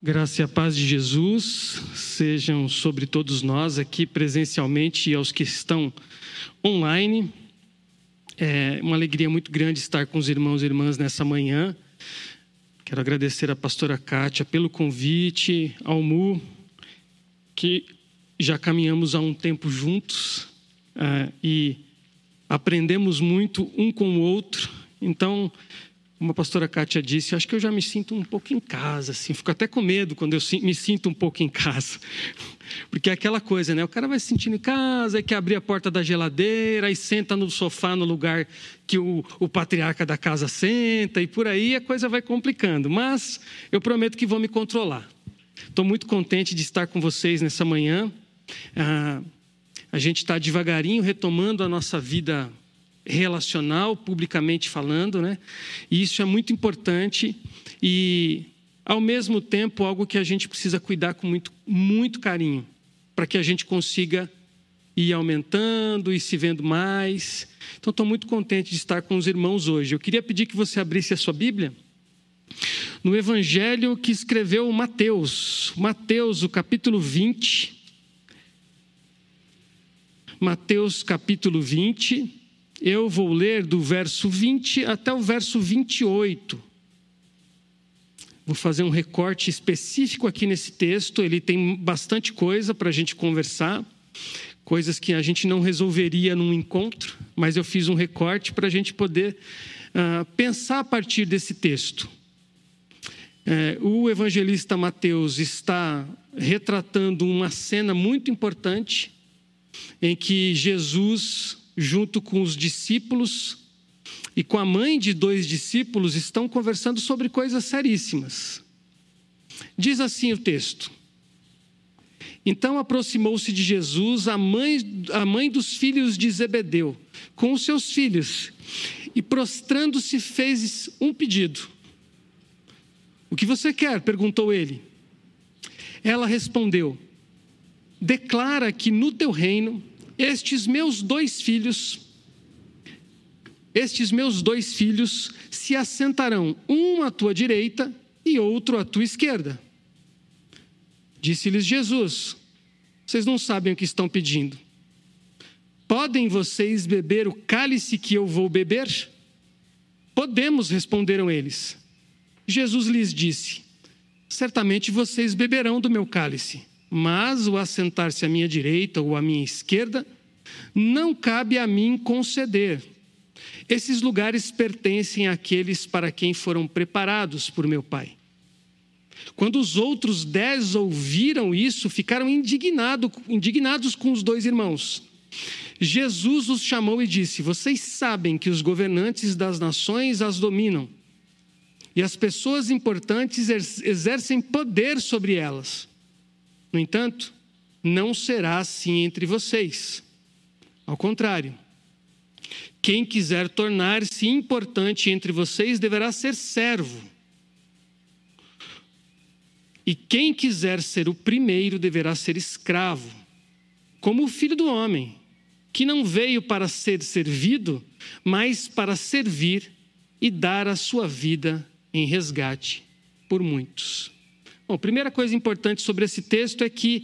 Graça e a paz de Jesus sejam sobre todos nós aqui presencialmente e aos que estão online. É uma alegria muito grande estar com os irmãos e irmãs nessa manhã. Quero agradecer à pastora Kátia pelo convite, ao Mu, que já caminhamos há um tempo juntos e aprendemos muito um com o outro. Então, como a pastora Kátia disse, acho que eu já me sinto um pouco em casa, assim. Fico até com medo quando eu me sinto um pouco em casa. Porque é aquela coisa, né? O cara vai se sentindo em casa, aí quer abrir a porta da geladeira, aí senta no sofá no lugar que o patriarca da casa senta, e por aí a coisa vai complicando. Mas eu prometo que vou me controlar. Estou muito contente de estar com vocês nessa manhã. A gente está devagarinho retomando a nossa vida relacional, publicamente falando, né? E isso é muito importante e, ao mesmo tempo, algo que a gente precisa cuidar com muito carinho, para que a gente consiga ir aumentando e se vendo mais. Então, estou muito contente de estar com os irmãos hoje. Eu queria pedir que você abrisse a sua Bíblia no Evangelho que escreveu Mateus, o capítulo 20. Mateus, capítulo 20. Eu vou ler do verso 20 até o verso 28. Vou fazer um recorte específico aqui nesse texto. Ele tem bastante coisa para a gente conversar, coisas que a gente não resolveria num encontro, mas eu fiz um recorte para a gente poder pensar a partir desse texto. O evangelista Mateus está retratando uma cena muito importante em que Jesus, junto com os discípulos e com a mãe de 2 discípulos, estão conversando sobre coisas seríssimas. Diz assim o texto: Então aproximou-se de Jesus a mãe dos filhos de Zebedeu, com os seus filhos, e prostrando-se fez um pedido. O que você quer? Perguntou ele. Ela respondeu: Declara que no teu reino estes meus dois filhos se assentarão, um à tua direita e outro à tua esquerda. Disse-lhes Jesus: Vocês não sabem o que estão pedindo. Podem vocês beber o cálice que eu vou beber? Podemos, responderam eles. Jesus lhes disse: Certamente vocês beberão do meu cálice, mas o assentar-se à minha direita ou à minha esquerda não cabe a mim conceder. Esses lugares pertencem àqueles para quem foram preparados por meu Pai. Quando os outros 10 ouviram isso, ficaram indignados com os 2 irmãos. Jesus os chamou e disse: Vocês sabem que os governantes das nações as dominam, e as pessoas importantes exercem poder sobre elas. No entanto, não será assim entre vocês. Ao contrário, quem quiser tornar-se importante entre vocês deverá ser servo. E quem quiser ser o primeiro deverá ser escravo, como o Filho do Homem, que não veio para ser servido, mas para servir e dar a sua vida em resgate por muitos. Bom, a primeira coisa importante sobre esse texto é que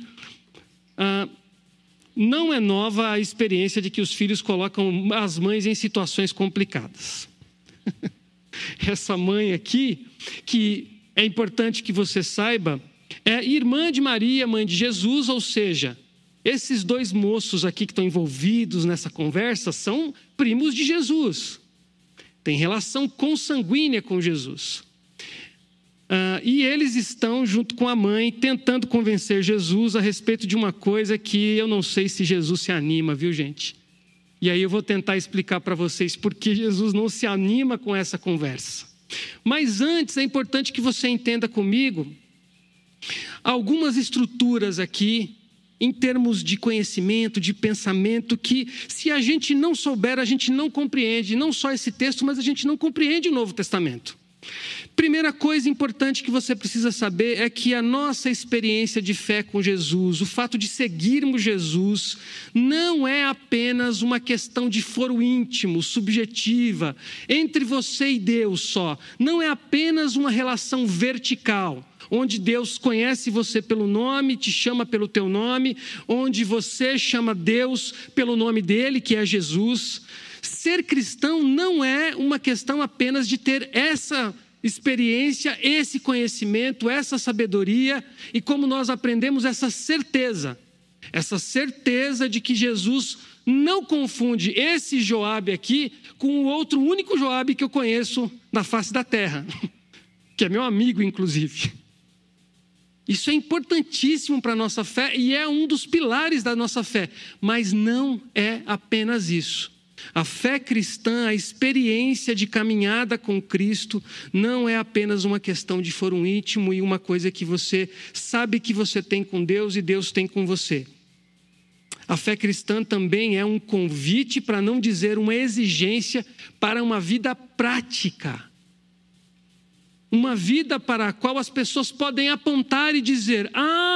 não é nova a experiência de que os filhos colocam as mães em situações complicadas. Essa mãe aqui, que é importante que você saiba, é irmã de Maria, mãe de Jesus, ou seja, esses 2 moços aqui que estão envolvidos nessa conversa são primos de Jesus. Tem relação consanguínea com Jesus. E eles estão, junto com a mãe, tentando convencer Jesus a respeito de uma coisa que eu não sei se Jesus se anima, viu, gente? E aí eu vou tentar explicar para vocês por que Jesus não se anima com essa conversa. Mas antes, é importante que você entenda comigo algumas estruturas aqui, em termos de conhecimento, de pensamento, que se a gente não souber, a gente não compreende, não só esse texto, mas a gente não compreende o Novo Testamento. Primeira coisa importante que você precisa saber é que a nossa experiência de fé com Jesus, o fato de seguirmos Jesus, não é apenas uma questão de foro íntimo, subjetiva, entre você e Deus só. Não é apenas uma relação vertical, onde Deus conhece você pelo nome, te chama pelo teu nome, onde você chama Deus pelo nome dele, que é Jesus. Ser cristão não é uma questão apenas de ter essa experiência, esse conhecimento, essa sabedoria e, como nós aprendemos, essa certeza de que Jesus não confunde esse Joabe aqui com o outro único Joabe que eu conheço na face da terra, que é meu amigo, inclusive. Isso é importantíssimo para a nossa fé e é um dos pilares da nossa fé, mas não é apenas isso. A fé cristã, a experiência de caminhada com Cristo, não é apenas uma questão de foro íntimo e uma coisa que você sabe que você tem com Deus e Deus tem com você. A fé cristã também é um convite, para não dizer uma exigência, para uma vida prática. Uma vida para a qual as pessoas podem apontar e dizer: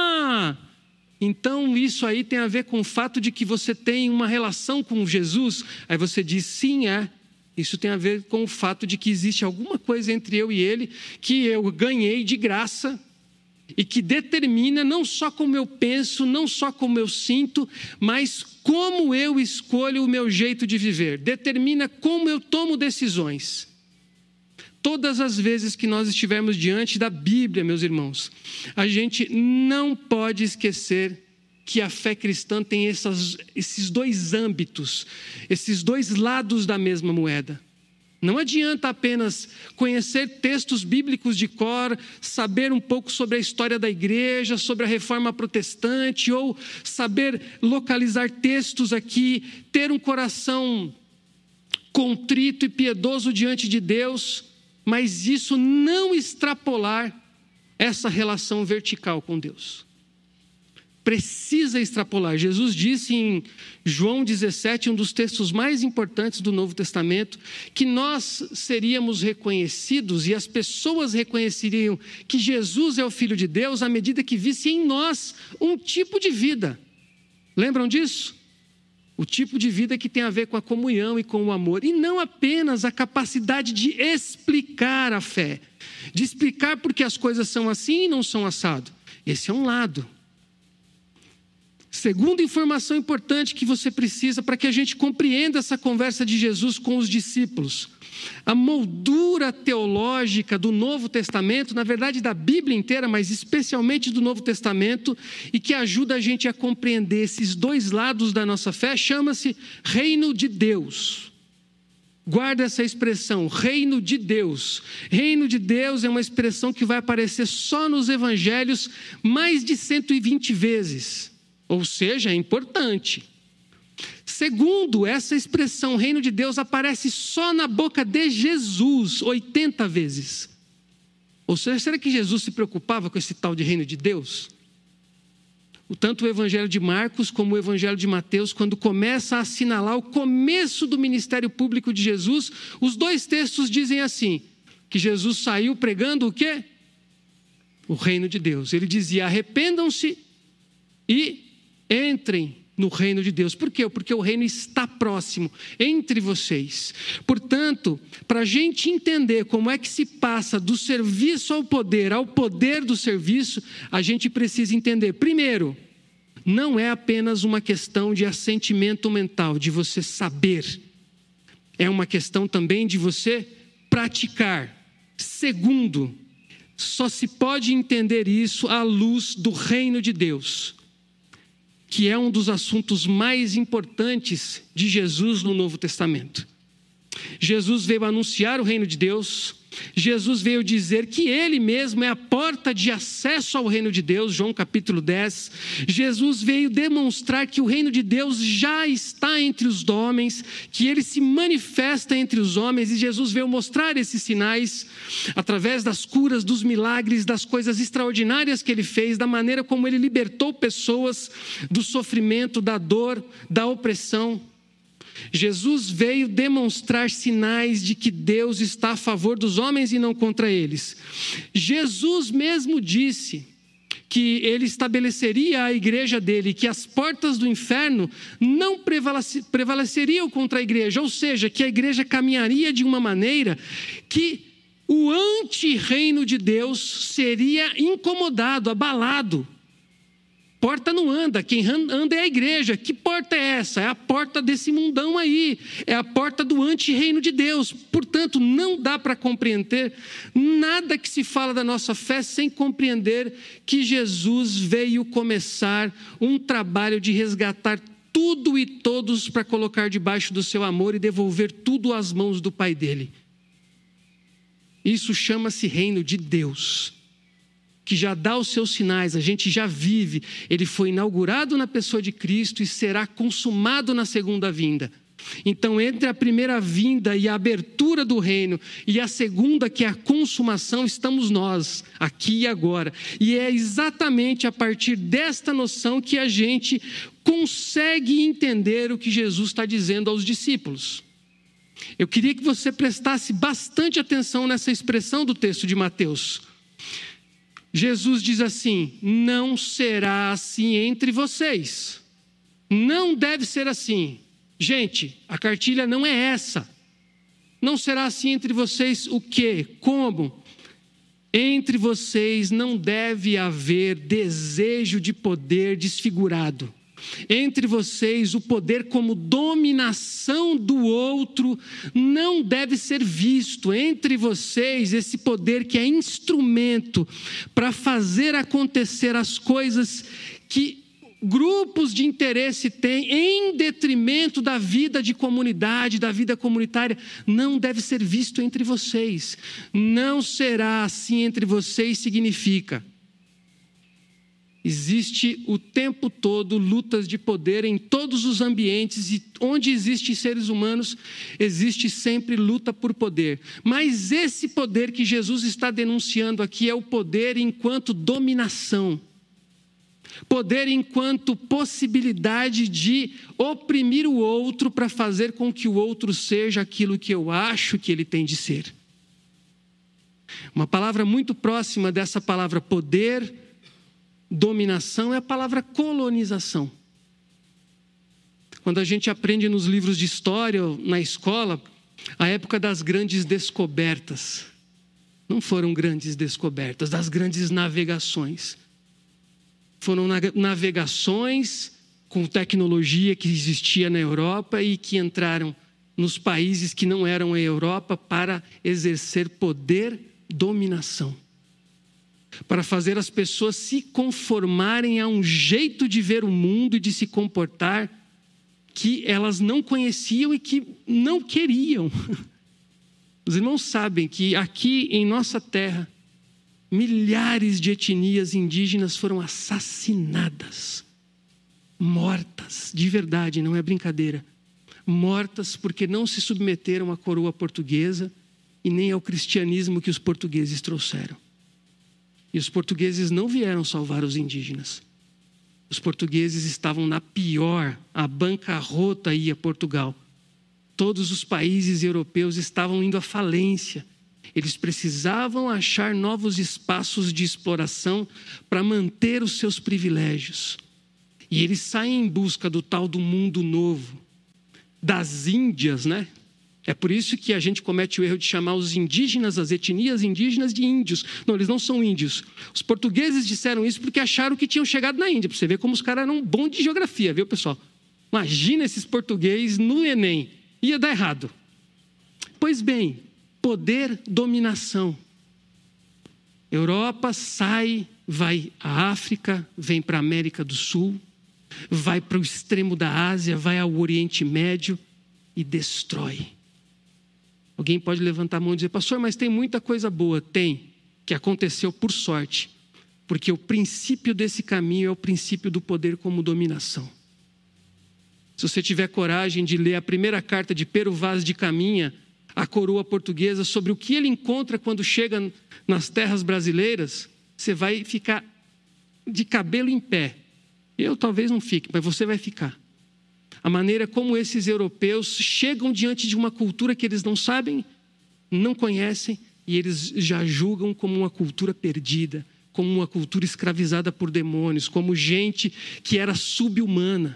então isso aí tem a ver com o fato de que você tem uma relação com Jesus? Aí você diz: sim, isso tem a ver com o fato de que existe alguma coisa entre eu e ele que eu ganhei de graça e que determina não só como eu penso, não só como eu sinto, mas como eu escolho o meu jeito de viver. Determina como eu tomo decisões. Todas as vezes que nós estivermos diante da Bíblia, meus irmãos, a gente não pode esquecer que a fé cristã tem esses dois âmbitos, esses dois lados da mesma moeda. Não adianta apenas conhecer textos bíblicos de cor, saber um pouco sobre a história da igreja, sobre a reforma protestante, ou saber localizar textos aqui, ter um coração contrito e piedoso diante de Deus, mas isso não extrapolar essa relação vertical com Deus. Precisa extrapolar. Jesus disse em João 17, um dos textos mais importantes do Novo Testamento, que nós seríamos reconhecidos e as pessoas reconheceriam que Jesus é o Filho de Deus à medida que vissem em nós um tipo de vida. Lembram disso? O tipo de vida que tem a ver com a comunhão e com o amor. E não apenas a capacidade de explicar a fé. De explicar porque as coisas são assim e não são assado. Esse é um lado. Segunda informação importante que você precisa para que a gente compreenda essa conversa de Jesus com os discípulos. A moldura teológica do Novo Testamento, na verdade da Bíblia inteira, mas especialmente do Novo Testamento, e que ajuda a gente a compreender esses dois lados da nossa fé, chama-se Reino de Deus. Guarda essa expressão, Reino de Deus. Reino de Deus é uma expressão que vai aparecer só nos Evangelhos mais de 120 vezes. Ou seja, é importante. Segundo, essa expressão Reino de Deus aparece só na boca de Jesus 80 vezes. Ou seja, será que Jesus se preocupava com esse tal de Reino de Deus? Tanto o Evangelho de Marcos como o Evangelho de Mateus, quando começa a assinalar o começo do ministério público de Jesus, os dois textos dizem assim, que Jesus saiu pregando o quê? O Reino de Deus. Ele dizia: arrependam-se e entrem no reino de Deus. Por quê? Porque o reino está próximo entre vocês. Portanto, para a gente entender como é que se passa do serviço ao poder do serviço, a gente precisa entender, primeiro, não é apenas uma questão de assentimento mental, de você saber. É uma questão também de você praticar. Segundo, só se pode entender isso à luz do reino de Deus, que é um dos assuntos mais importantes de Jesus no Novo Testamento. Jesus veio anunciar o reino de Deus, Jesus veio dizer que ele mesmo é a porta de acesso ao reino de Deus, João capítulo 10. Jesus veio demonstrar que o reino de Deus já está entre os homens, que ele se manifesta entre os homens, e Jesus veio mostrar esses sinais através das curas, dos milagres, das coisas extraordinárias que ele fez, da maneira como ele libertou pessoas do sofrimento, da dor, da opressão. Jesus veio demonstrar sinais de que Deus está a favor dos homens e não contra eles. Jesus mesmo disse que ele estabeleceria a igreja dele, que as portas do inferno não prevaleceriam contra a igreja, ou seja, que a igreja caminharia de uma maneira que o anti-reino de Deus seria incomodado, abalado. Porta não anda, quem anda é a igreja. Que porta é essa? É a porta desse mundão aí, é a porta do anti-reino de Deus. Portanto, não dá para compreender nada que se fala da nossa fé sem compreender que Jesus veio começar um trabalho de resgatar tudo e todos para colocar debaixo do seu amor e devolver tudo às mãos do Pai dele. Isso chama-se reino de Deus, que já dá os seus sinais, a gente já vive. Ele foi inaugurado na pessoa de Cristo e será consumado na segunda vinda. Então, entre a primeira vinda e a abertura do reino e a segunda, que é a consumação, estamos nós, aqui e agora. E é exatamente a partir desta noção que a gente consegue entender o que Jesus está dizendo aos discípulos. Eu queria que você prestasse bastante atenção nessa expressão do texto de Mateus. Jesus diz assim: não será assim entre vocês. Não deve ser assim. Gente, a cartilha não é essa. Não será assim entre vocês o quê? Como? Entre vocês não deve haver desejo de poder desfigurado. Entre vocês o poder como dominação do outro não deve ser visto. Entre vocês esse poder que é instrumento para fazer acontecer as coisas que grupos de interesse têm em detrimento da vida de comunidade, da vida comunitária, não deve ser visto entre vocês. Não será assim entre vocês significa: existe o tempo todo lutas de poder em todos os ambientes, e onde existem seres humanos, existe sempre luta por poder. Mas esse poder que Jesus está denunciando aqui é o poder enquanto dominação. Poder enquanto possibilidade de oprimir o outro para fazer com que o outro seja aquilo que eu acho que ele tem de ser. Uma palavra muito próxima dessa palavra poder, dominação, é a palavra colonização. Quando a gente aprende nos livros de história, na escola, a época das grandes descobertas. Não foram grandes descobertas, das grandes navegações. Foram navegações com tecnologia que existia na Europa e que entraram nos países que não eram a Europa para exercer poder, dominação. Para fazer as pessoas se conformarem a um jeito de ver o mundo e de se comportar que elas não conheciam e que não queriam. Os irmãos sabem que aqui em nossa terra, milhares de etnias indígenas foram assassinadas, mortas, de verdade, não é brincadeira. Mortas porque não se submeteram à coroa portuguesa e nem ao cristianismo que os portugueses trouxeram. E os portugueses não vieram salvar os indígenas. Os portugueses estavam na pior, a bancarrota ia a Portugal. Todos os países europeus estavam indo à falência. Eles precisavam achar novos espaços de exploração para manter os seus privilégios. E eles saem em busca do tal do mundo novo, das Índias, né? É por isso que a gente comete o erro de chamar os indígenas, as etnias indígenas, de índios. Não, eles não são índios. Os portugueses disseram isso porque acharam que tinham chegado na Índia. Para você ver como os caras eram bons de geografia, viu, pessoal? Imagina esses portugueses no Enem. Ia dar errado. Pois bem, poder, dominação. Europa sai, vai à África, vem para a América do Sul, vai para o extremo da Ásia, vai ao Oriente Médio e destrói. Alguém pode levantar a mão e dizer: pastor, mas tem muita coisa boa. Tem, que aconteceu por sorte, porque o princípio desse caminho é o princípio do poder como dominação. Se você tiver coragem de ler a primeira carta de Pero Vaz de Caminha, a coroa portuguesa, sobre o que ele encontra quando chega nas terras brasileiras, você vai ficar de cabelo em pé. Eu talvez não fique, mas você vai ficar. A maneira como esses europeus chegam diante de uma cultura que eles não sabem, não conhecem, e eles já julgam como uma cultura perdida, como uma cultura escravizada por demônios, como gente que era sub-humana.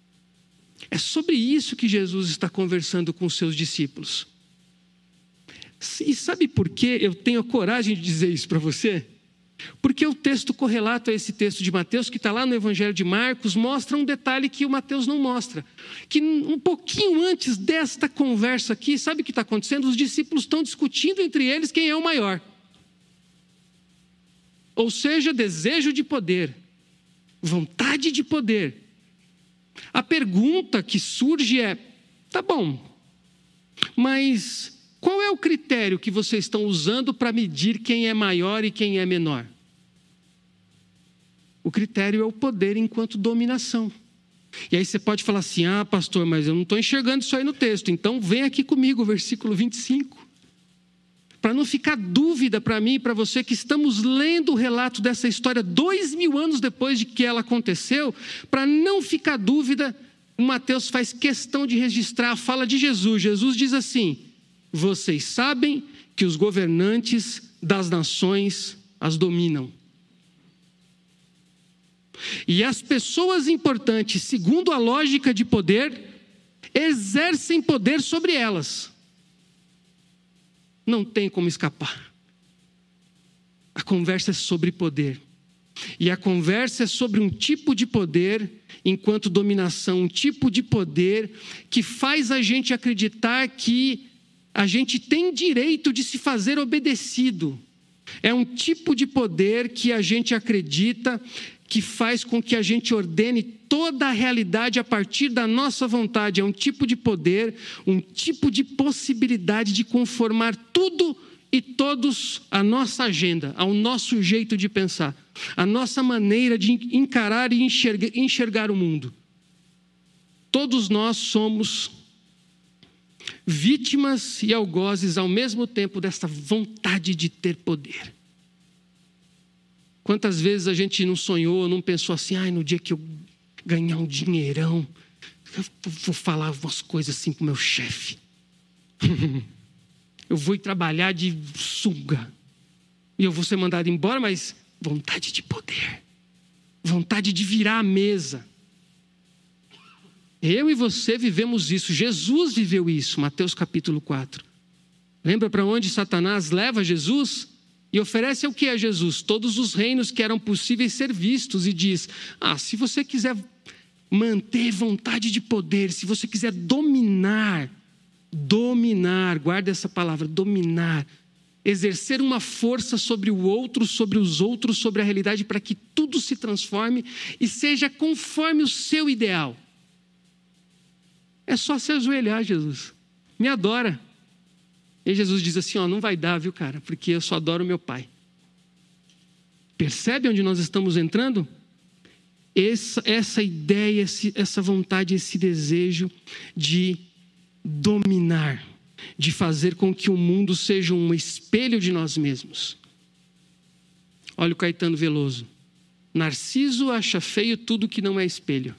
É sobre isso que Jesus está conversando com os seus discípulos. E sabe por que eu tenho a coragem de dizer isso para você? Porque o texto correlato a esse texto de Mateus, que está lá no Evangelho de Marcos, mostra um detalhe que o Mateus não mostra. Que um pouquinho antes desta conversa aqui, sabe o que está acontecendo? Os discípulos estão discutindo entre eles quem é o maior. Ou seja, desejo de poder, vontade de poder. A pergunta que surge é, tá bom, mas qual é o critério que vocês estão usando para medir quem é maior e quem é menor? O critério é o poder enquanto dominação. E aí você pode falar assim, pastor, mas eu não estou enxergando isso aí no texto. Então vem aqui comigo, versículo 25. Para não ficar dúvida para mim e para você que estamos lendo o relato dessa história 2000 anos depois de que ela aconteceu, para não ficar dúvida, o Mateus faz questão de registrar a fala de Jesus. Jesus diz assim, vocês sabem que os governantes das nações as dominam. E as pessoas importantes, segundo a lógica de poder, exercem poder sobre elas. Não tem como escapar. A conversa é sobre poder. E a conversa é sobre um tipo de poder enquanto dominação, um tipo de poder que faz a gente acreditar que a gente tem direito de se fazer obedecido. É um tipo de poder que a gente acredita que faz com que a gente ordene toda a realidade a partir da nossa vontade. É um tipo de poder, um tipo de possibilidade de conformar tudo e todos à nossa agenda, ao nosso jeito de pensar, à nossa maneira de encarar e enxergar o mundo. Todos nós somos vítimas e algozes ao mesmo tempo dessa vontade de ter poder. Quantas vezes a gente não sonhou, não pensou assim, no dia que eu ganhar um dinheirão, eu vou falar umas coisas assim para o meu chefe. Eu vou ir trabalhar de sunga. E eu vou ser mandado embora, mas vontade de poder. Vontade de virar a mesa. Eu e você vivemos isso. Jesus viveu isso, Mateus capítulo 4. Lembra para onde Satanás leva Jesus? E oferece o que a Jesus? Todos os reinos que eram possíveis ser vistos. E diz, se você quiser manter vontade de poder, se você quiser dominar, guarda essa palavra, dominar, exercer uma força sobre o outro, sobre os outros, sobre a realidade, para que tudo se transforme e seja conforme o seu ideal. É só se ajoelhar, Jesus. Me adora. E Jesus diz assim, não vai dar, viu, cara? Porque eu só adoro meu Pai. Percebe onde nós estamos entrando? Essa ideia, essa vontade, esse desejo de dominar, de fazer com que o mundo seja um espelho de nós mesmos. Olha o Caetano Veloso. Narciso acha feio tudo que não é espelho.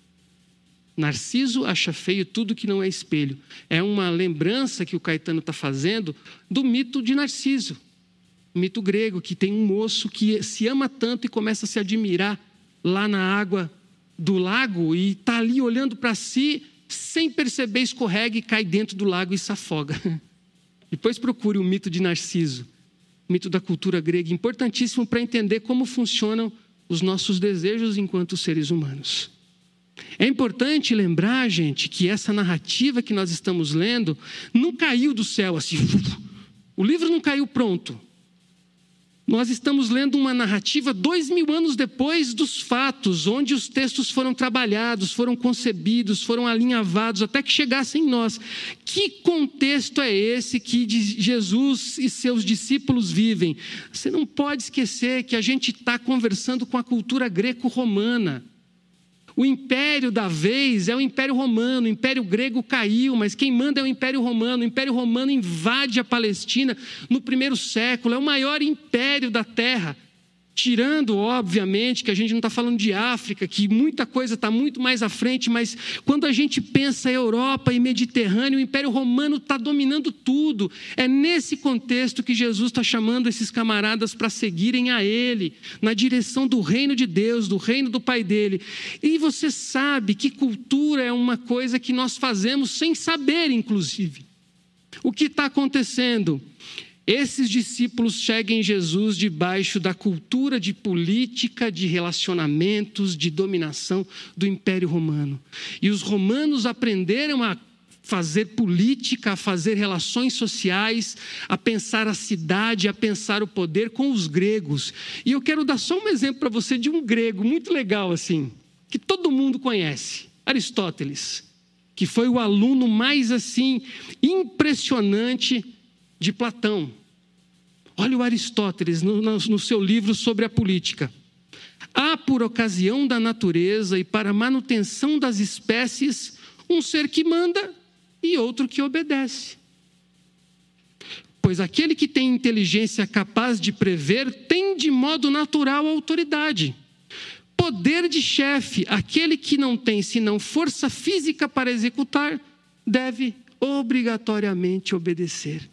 Narciso acha feio tudo que não é espelho. É uma lembrança que o Caetano está fazendo do mito de Narciso. O mito grego, que tem um moço que se ama tanto e começa a se admirar lá na água do lago e está ali olhando para si, sem perceber, escorrega e cai dentro do lago e se afoga. Depois procure o mito de Narciso, o mito da cultura grega, importantíssimo para entender como funcionam os nossos desejos enquanto seres humanos. É importante lembrar, gente, que essa narrativa que nós estamos lendo não caiu do céu assim. O livro não caiu pronto. Nós estamos lendo uma narrativa 2000 anos depois dos fatos, onde os textos foram trabalhados, foram concebidos, foram alinhavados, até que chegassem em nós. Que contexto é esse que Jesus e seus discípulos vivem? Você não pode esquecer que a gente está conversando com a cultura greco-romana. O império da vez é o Império Romano, o Império Grego caiu, mas quem manda é o Império Romano. O Império Romano invade a Palestina no 1º século, é o maior império da terra. Tirando, obviamente, que a gente não está falando de África, que muita coisa está muito mais à frente, mas quando a gente pensa em Europa e Mediterrâneo, o Império Romano está dominando tudo. É nesse contexto que Jesus está chamando esses camaradas para seguirem a Ele, na direção do reino de Deus, do reino do Pai dele. E você sabe que cultura é uma coisa que nós fazemos sem saber, inclusive. O que está acontecendo? Esses discípulos seguem Jesus debaixo da cultura de política, de relacionamentos, de dominação do Império Romano. E os romanos aprenderam a fazer política, a fazer relações sociais, a pensar a cidade, a pensar o poder com os gregos. E eu quero dar só um exemplo para você de um grego muito legal assim, que todo mundo conhece, Aristóteles, que foi o aluno mais assim impressionante de Platão. Olha o Aristóteles no seu livro sobre a política. Há por ocasião da natureza e para a manutenção das espécies um ser que manda e outro que obedece. Pois aquele que tem inteligência capaz de prever tem de modo natural a autoridade. Poder de chefe, aquele que não tem senão força física para executar, deve obrigatoriamente obedecer.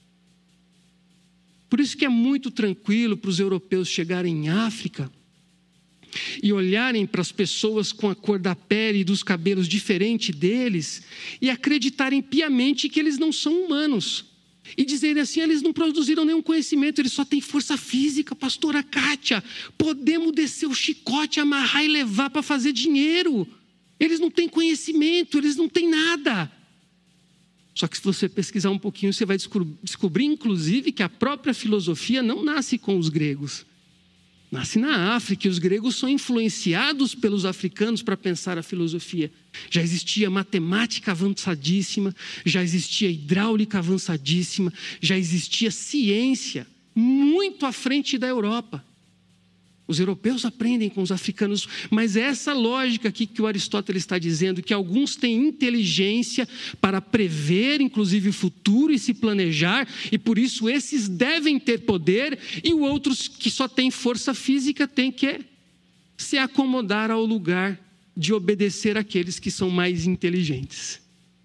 Por isso que é muito tranquilo para os europeus chegarem em África e olharem para as pessoas com a cor da pele e dos cabelos diferente deles e acreditarem piamente que eles não são humanos. E dizerem assim, eles não produziram nenhum conhecimento, eles só têm força física, pastora Kátia. Podemos descer o chicote, amarrar e levar para fazer dinheiro. Eles não têm conhecimento, eles não têm nada. Só que se você pesquisar um pouquinho, você vai descobrir, inclusive, que a própria filosofia não nasce com os gregos. Nasce na África e os gregos são influenciados pelos africanos para pensar a filosofia. Já existia matemática avançadíssima, já existia hidráulica avançadíssima, já existia ciência muito à frente da Europa. Os europeus aprendem com os africanos, mas é essa lógica aqui que o Aristóteles está dizendo, que alguns têm inteligência para prever, inclusive, o futuro e se planejar, e por isso esses devem ter poder, e os outros que só têm força física têm que se acomodar ao lugar de obedecer àqueles que são mais inteligentes.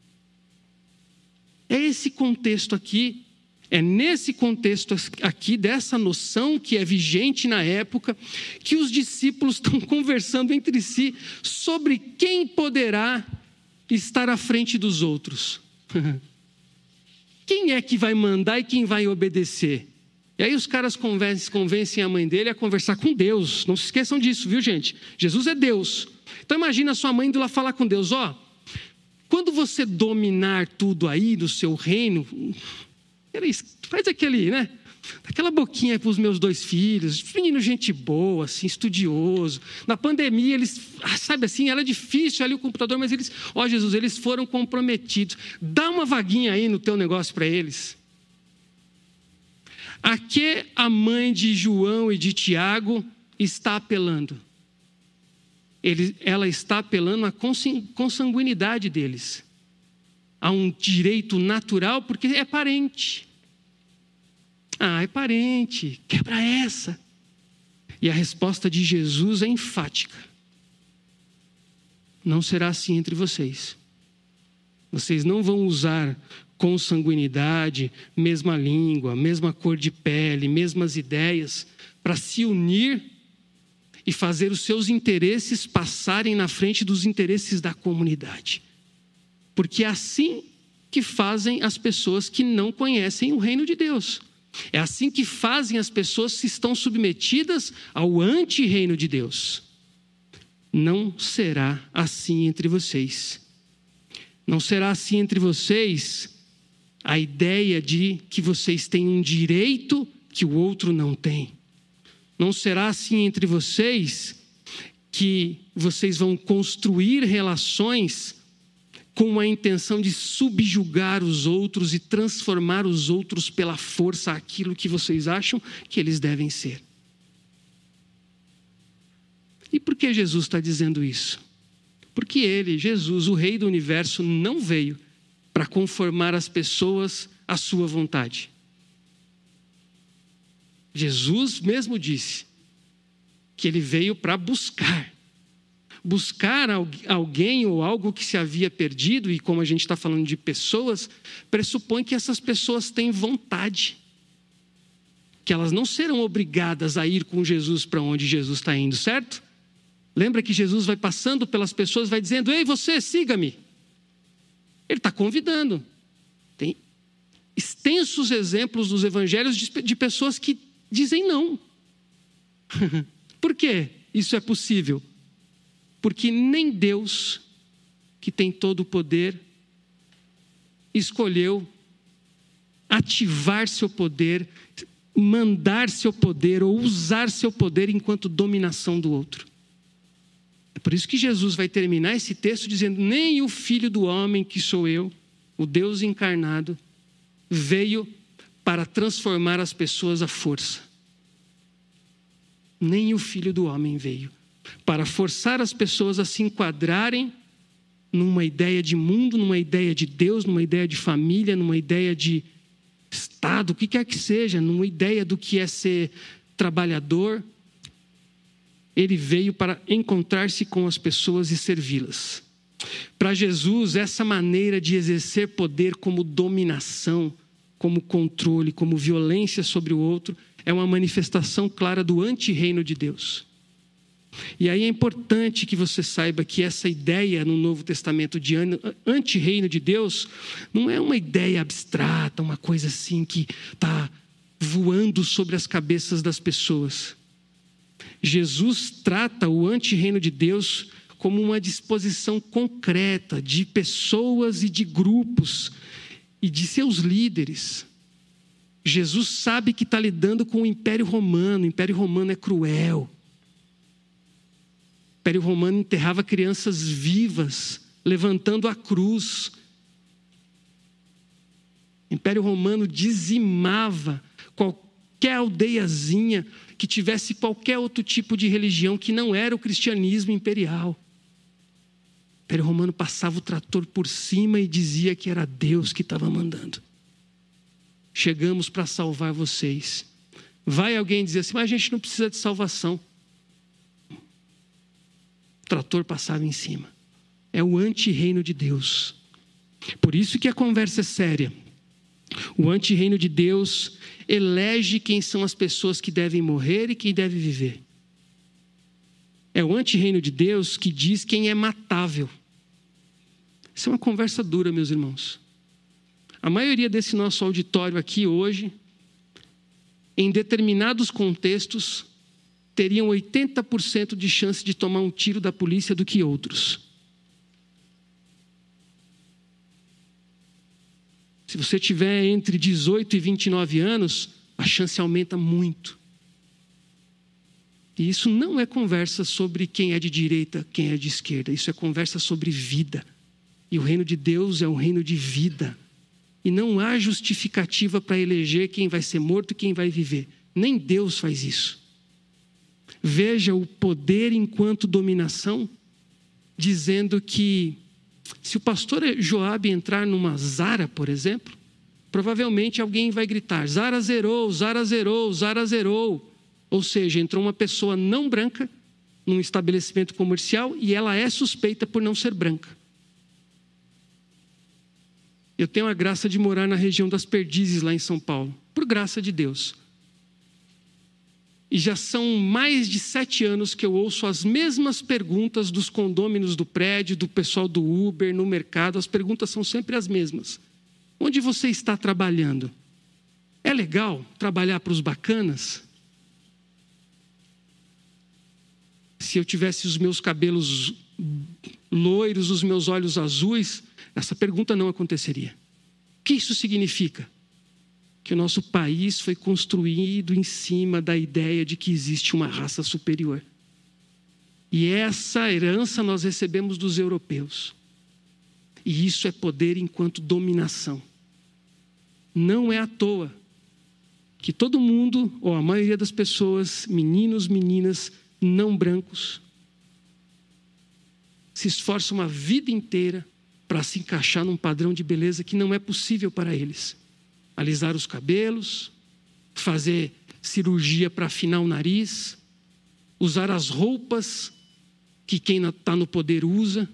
É esse contexto aqui. É nesse contexto aqui, dessa noção que é vigente na época, que os discípulos estão conversando entre si sobre quem poderá estar à frente dos outros. Quem é que vai mandar e quem vai obedecer? E aí os caras convencem a mãe dele a conversar com Deus. Não se esqueçam disso, viu, gente? Jesus é Deus. Então imagina a sua mãe indo lá falar com Deus. Quando você dominar tudo aí do seu reino... faz aquela boquinha para os meus 2 filhos, menino gente boa, assim, estudioso. Na pandemia, eles, sabe assim, era difícil ali o computador, mas eles, Jesus, eles foram comprometidos. Dá uma vaguinha aí no teu negócio para eles. A que a mãe de João e de Tiago está apelando? Ela está apelando à consanguinidade deles. A um direito natural, porque é parente. É parente, quebra essa. E a resposta de Jesus é enfática. Não será assim entre vocês. Vocês não vão usar consanguinidade, mesma língua, mesma cor de pele, mesmas ideias, para se unir e fazer os seus interesses passarem na frente dos interesses da comunidade. Porque é assim que fazem as pessoas que não conhecem o reino de Deus. É assim que fazem as pessoas que estão submetidas ao anti-reino de Deus. Não será assim entre vocês. Não será assim entre vocês a ideia de que vocês têm um direito que o outro não tem. Não será assim entre vocês que vocês vão construir relações com a intenção de subjugar os outros e transformar os outros pela força aquilo que vocês acham que eles devem ser. E por que Jesus está dizendo isso? Porque ele, Jesus, o Rei do Universo, não veio para conformar as pessoas à sua vontade. Jesus mesmo disse que ele veio para buscar alguém ou algo que se havia perdido, e como a gente está falando de pessoas, pressupõe que essas pessoas têm vontade, que elas não serão obrigadas a ir com Jesus para onde Jesus está indo, certo? Lembra que Jesus vai passando pelas pessoas, vai dizendo, ei você, siga-me. Ele está convidando. extensos exemplos nos evangelhos de pessoas que dizem não. Por quê isso é possível? Porque nem Deus, que tem todo o poder, escolheu ativar seu poder, mandar seu poder ou usar seu poder enquanto dominação do outro. É por isso que Jesus vai terminar esse texto dizendo: nem o Filho do Homem, que sou eu, o Deus encarnado, veio para transformar as pessoas à força. Nem o Filho do Homem veio para forçar as pessoas a se enquadrarem numa ideia de mundo, numa ideia de Deus, numa ideia de família, numa ideia de Estado, o que quer que seja, numa ideia do que é ser trabalhador. Ele veio para encontrar-se com as pessoas e servi-las. Para Jesus, essa maneira de exercer poder como dominação, como controle, como violência sobre o outro, é uma manifestação clara do anti-reino de Deus. E aí é importante que você saiba que essa ideia no Novo Testamento de anti-reino de Deus não é uma ideia abstrata, uma coisa assim que está voando sobre as cabeças das pessoas. Jesus trata o anti-reino de Deus como uma disposição concreta de pessoas e de grupos e de seus líderes. Jesus sabe que está lidando com o Império Romano. O Império Romano é cruel. O Império Romano enterrava crianças vivas, levantando a cruz. O Império Romano dizimava qualquer aldeiazinha que tivesse qualquer outro tipo de religião que não era o cristianismo imperial. O Império Romano passava o trator por cima e dizia que era Deus que estava mandando. Chegamos para salvar vocês. Vai alguém dizer assim: mas a gente não precisa de salvação. O trator passava em cima. É o anti-reino de Deus. Por isso que a conversa é séria. O anti-reino de Deus elege quem são as pessoas que devem morrer e quem deve viver. É o anti-reino de Deus que diz quem é matável. Isso é uma conversa dura, meus irmãos. A maioria desse nosso auditório aqui hoje, em determinados contextos, teriam 80% de chance de tomar um tiro da polícia do que outros. Se você tiver entre 18 e 29 anos, a chance aumenta muito. E isso não é conversa sobre quem é de direita, quem é de esquerda. Isso é conversa sobre vida. E o reino de Deus é um reino de vida. E não há justificativa para eleger quem vai ser morto e quem vai viver. Nem Deus faz isso. Veja o poder enquanto dominação, dizendo que se o pastor Joabe entrar numa Zara, por exemplo, provavelmente alguém vai gritar: Zara zerou, Zara zerou, Zara zerou. Ou seja, entrou uma pessoa não branca num estabelecimento comercial e ela é suspeita por não ser branca. Eu tenho a graça de morar na região das Perdizes, lá em São Paulo, por graça de Deus. E já são mais de 7 anos que eu ouço as mesmas perguntas dos condôminos do prédio, do pessoal do Uber, no mercado. As perguntas são sempre as mesmas. Onde você está trabalhando? É legal trabalhar para os bacanas? Se eu tivesse os meus cabelos loiros, os meus olhos azuis, essa pergunta não aconteceria. O que isso significa? Que o nosso país foi construído em cima da ideia de que existe uma raça superior. E essa herança nós recebemos dos europeus. E isso é poder enquanto dominação. Não é à toa que todo mundo, ou a maioria das pessoas, meninos, meninas, não brancos, se esforçam uma vida inteira para se encaixar num padrão de beleza que não é possível para eles. Alisar os cabelos, fazer cirurgia para afinar o nariz, usar as roupas que quem está no poder usa.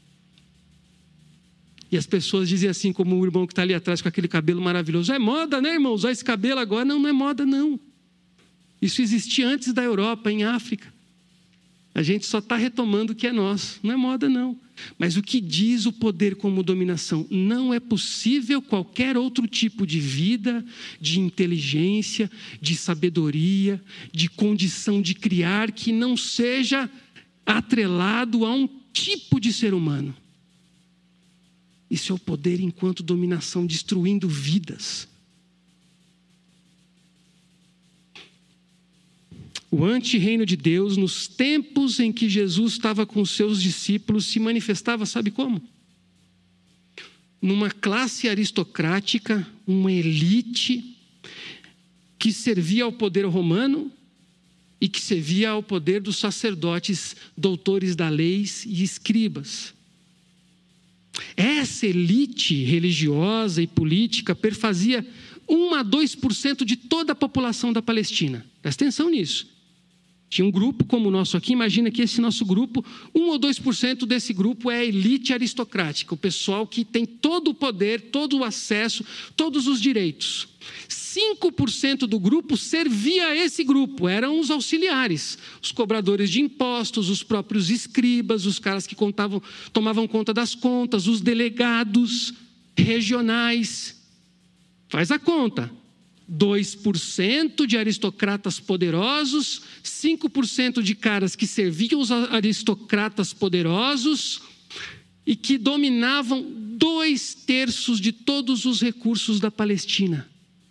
E as pessoas dizem assim, como o irmão que está ali atrás com aquele cabelo maravilhoso: é moda, né, irmão, usar esse cabelo agora? Não, não é moda, não. Isso existia antes da Europa, em África. A gente só está retomando o que é nosso. Não é moda, não. Mas o que diz o poder como dominação? Não é possível qualquer outro tipo de vida, de inteligência, de sabedoria, de condição de criar que não seja atrelado a um tipo de ser humano. Isso é o poder enquanto dominação, destruindo vidas. O anti-reino de Deus, nos tempos em que Jesus estava com seus discípulos, se manifestava, sabe como? Numa classe aristocrática, uma elite que servia ao poder romano e que servia ao poder dos sacerdotes, doutores da lei e escribas. Essa elite religiosa e política perfazia 1 a 2% de toda a população da Palestina. Presta atenção nisso. Tinha um grupo como o nosso aqui, imagina que esse nosso grupo, 1 ou 2% desse grupo é a elite aristocrática, o pessoal que tem todo o poder, todo o acesso, todos os direitos. 5% do grupo servia a esse grupo, eram os auxiliares, os cobradores de impostos, os próprios escribas, os caras que tomavam conta das contas, os delegados regionais. Faz a conta. 2% de aristocratas poderosos, 5% de caras que serviam os aristocratas poderosos e que dominavam 2/3 de todos os recursos da Palestina.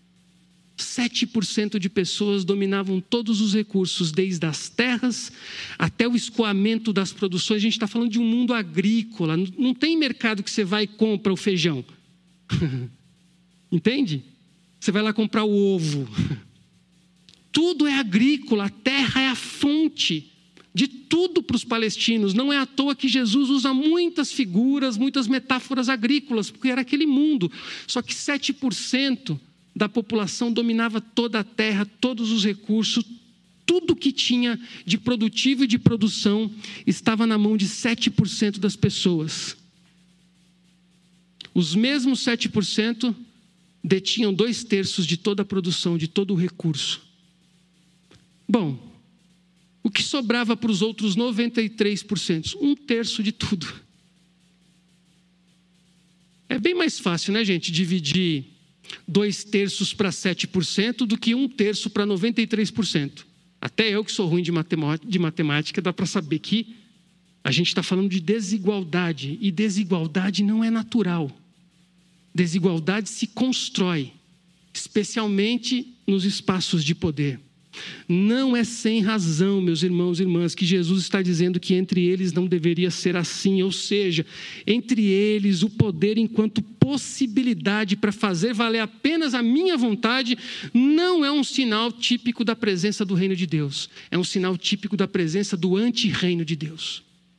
7% de pessoas dominavam todos os recursos, desde as terras até o escoamento das produções. A gente está falando de um mundo agrícola, não tem mercado que você vai e compra o feijão. Entende? Você vai lá comprar o ovo. Tudo é agrícola, a terra é a fonte de tudo para os palestinos. Não é à toa que Jesus usa muitas figuras, muitas metáforas agrícolas, porque era aquele mundo. Só que 7% da população dominava toda a terra, todos os recursos, tudo que tinha de produtivo e de produção estava na mão de 7% das pessoas. Os mesmos 7% detinham 2/3 de toda a produção, de todo o recurso. Bom, o que sobrava para os outros 93%? 1/3 de tudo. É bem mais fácil, né, gente, dividir 2/3 para 7% do que 1/3 para 93%. Até eu que sou ruim de matemática, dá para saber que a gente está falando de desigualdade, e desigualdade não é natural. Desigualdade se constrói, especialmente nos espaços de poder. Não é sem razão, meus irmãos e irmãs, que Jesus está dizendo que entre eles não deveria ser assim, ou seja, entre eles o poder enquanto possibilidade para fazer valer apenas a minha vontade não é um sinal típico da presença do reino de Deus, é um sinal típico da presença do anti-reino de Deus.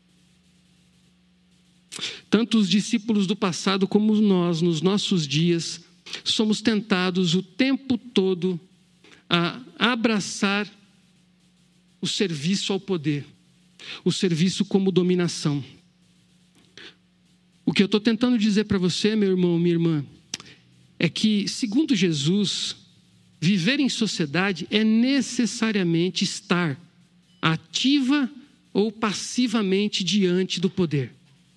Tanto os discípulos do passado como nós, nos nossos dias, somos tentados o tempo todo a abraçar o serviço ao poder, o serviço como dominação. O que eu estou tentando dizer para você, meu irmão, minha irmã, é que, segundo Jesus, viver em sociedade é necessariamente estar ativa ou passivamente diante do poder.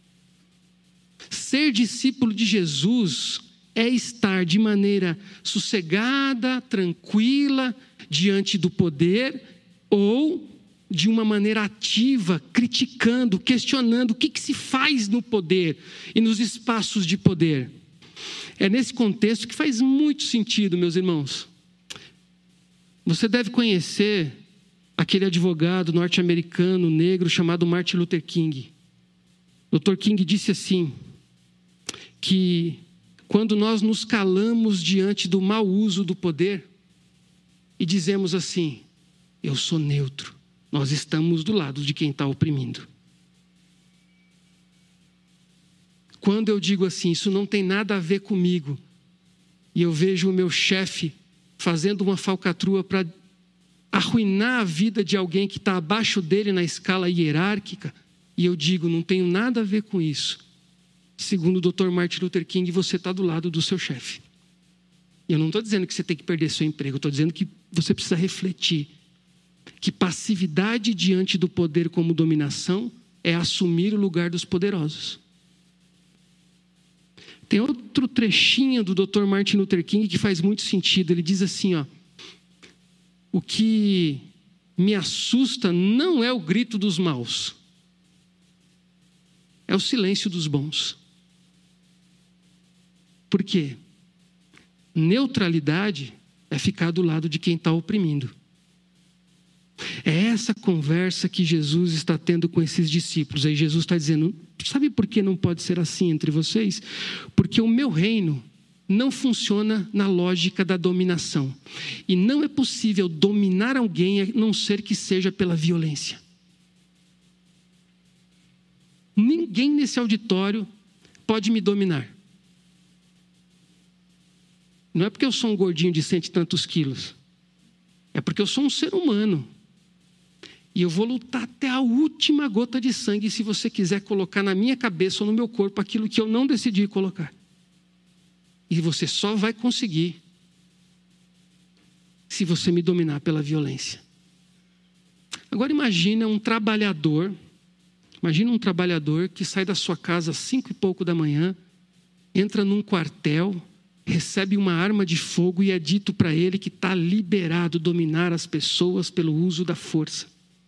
Ser discípulo de Jesus é estar de maneira sossegada, tranquila, diante do poder, ou de uma maneira ativa, criticando, questionando o que se faz no poder e nos espaços de poder. É nesse contexto que faz muito sentido, meus irmãos. Você deve conhecer aquele advogado norte-americano negro chamado Martin Luther King. Dr. King disse assim, que quando nós nos calamos diante do mau uso do poder e dizemos assim, eu sou neutro, nós estamos do lado de quem está oprimindo. Quando eu digo assim, isso não tem nada a ver comigo, e eu vejo o meu chefe fazendo uma falcatrua para arruinar a vida de alguém que está abaixo dele na escala hierárquica, e eu digo, não tenho nada a ver com isso. Segundo o Dr. Martin Luther King, você está do lado do seu chefe. Eu não estou dizendo que você tem que perder seu emprego, estou dizendo que você precisa refletir. que passividade diante do poder como dominação é assumir o lugar dos poderosos. Tem outro trechinho do Dr. Martin Luther King que faz muito sentido. Ele diz assim, ó: o que me assusta não é o grito dos maus, é o silêncio dos bons. Por quê? Neutralidade é ficar do lado de quem está oprimindo. É essa conversa que Jesus está tendo com esses discípulos. Aí Jesus está dizendo: sabe por que não pode ser assim entre vocês? Porque o meu reino não funciona na lógica da dominação. E não é possível dominar alguém a não ser que seja pela violência. Ninguém nesse auditório pode me dominar. Não é porque eu sou um gordinho de 100 e tantos quilos. É porque eu sou um ser humano. E eu vou lutar até a última gota de sangue se você quiser colocar na minha cabeça ou no meu corpo aquilo que eu não decidi colocar. E você só vai conseguir se você me dominar pela violência. Agora imagina um trabalhador que sai da sua casa às 5 e pouco da manhã, entra num quartel, recebe uma arma de fogo e é dito para ele que está liberado dominar as pessoas pelo uso da força.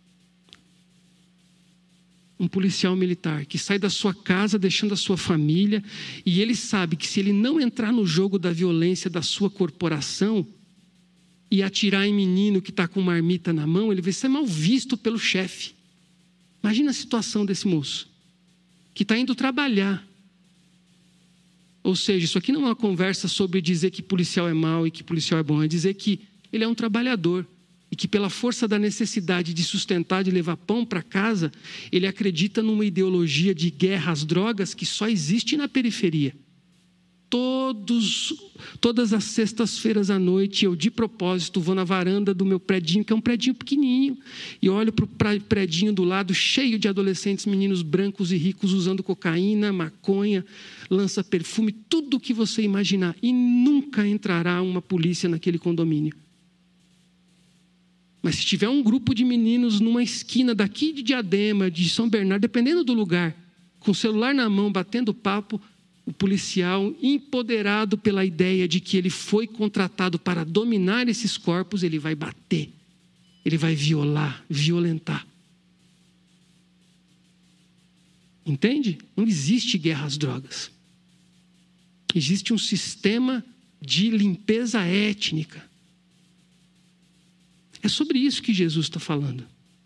Um policial militar que sai da sua casa deixando a sua família e ele sabe que se ele não entrar no jogo da violência da sua corporação e atirar em menino que está com marmita na mão, ele vai ser mal visto pelo chefe. Imagina a situação desse moço que está indo trabalhar. Ou seja, isso aqui não é uma conversa sobre dizer que policial é mau e que policial é bom. É dizer que ele é um trabalhador e que pela força da necessidade de sustentar, de levar pão para casa, ele acredita numa ideologia de guerra às drogas que só existe na periferia. Todas as sextas-feiras à noite, eu de propósito vou na varanda do meu predinho, que é um predinho pequenininho, e olho para o predinho do lado cheio de adolescentes, meninos brancos e ricos usando cocaína, maconha, lança-perfume, tudo o que você imaginar. E nunca entrará uma polícia naquele condomínio. Mas se tiver um grupo de meninos numa esquina daqui de Diadema, de São Bernardo, dependendo do lugar, com o celular na mão, batendo papo, o policial, empoderado pela ideia de que ele foi contratado para dominar esses corpos, ele vai bater, ele vai violentar. Entende? Não existe guerra às drogas. Existe um sistema de limpeza étnica. É sobre isso que Jesus está falando.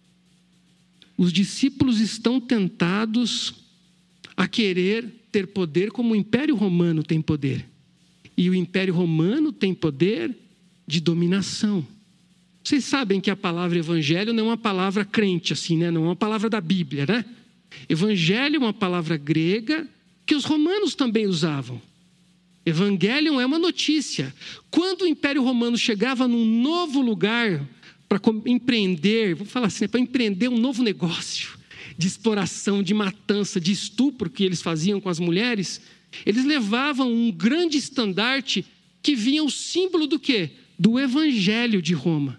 Os discípulos estão tentados a querer ter poder como o Império Romano tem poder. E o Império Romano tem poder de dominação. Vocês sabem que a palavra evangelho não é uma palavra crente, assim, né? Não é uma palavra da Bíblia, né? Evangelho é uma palavra grega que os romanos também usavam. Evangelion é uma notícia. Quando o Império Romano chegava num novo lugar para empreender, vou falar assim, para empreender um novo negócio de exploração, de matança, de estupro que eles faziam com as mulheres, eles levavam um grande estandarte que vinha o símbolo do quê? Do Evangelho de Roma.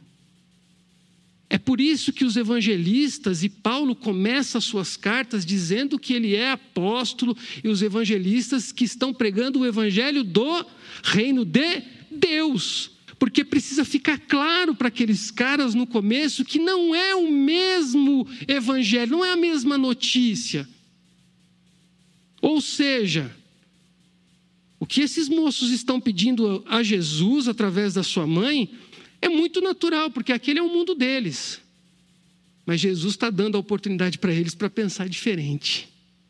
É por isso que os evangelistas, e Paulo começa as suas cartas dizendo que ele é apóstolo, e os evangelistas que estão pregando o evangelho do reino de Deus. Porque precisa ficar claro para aqueles caras no começo que não é o mesmo evangelho, não é a mesma notícia. Ou seja, o que esses moços estão pedindo a Jesus através da sua mãe é muito natural, porque aquele é o mundo deles. Mas Jesus está dando a oportunidade para eles para pensar diferente.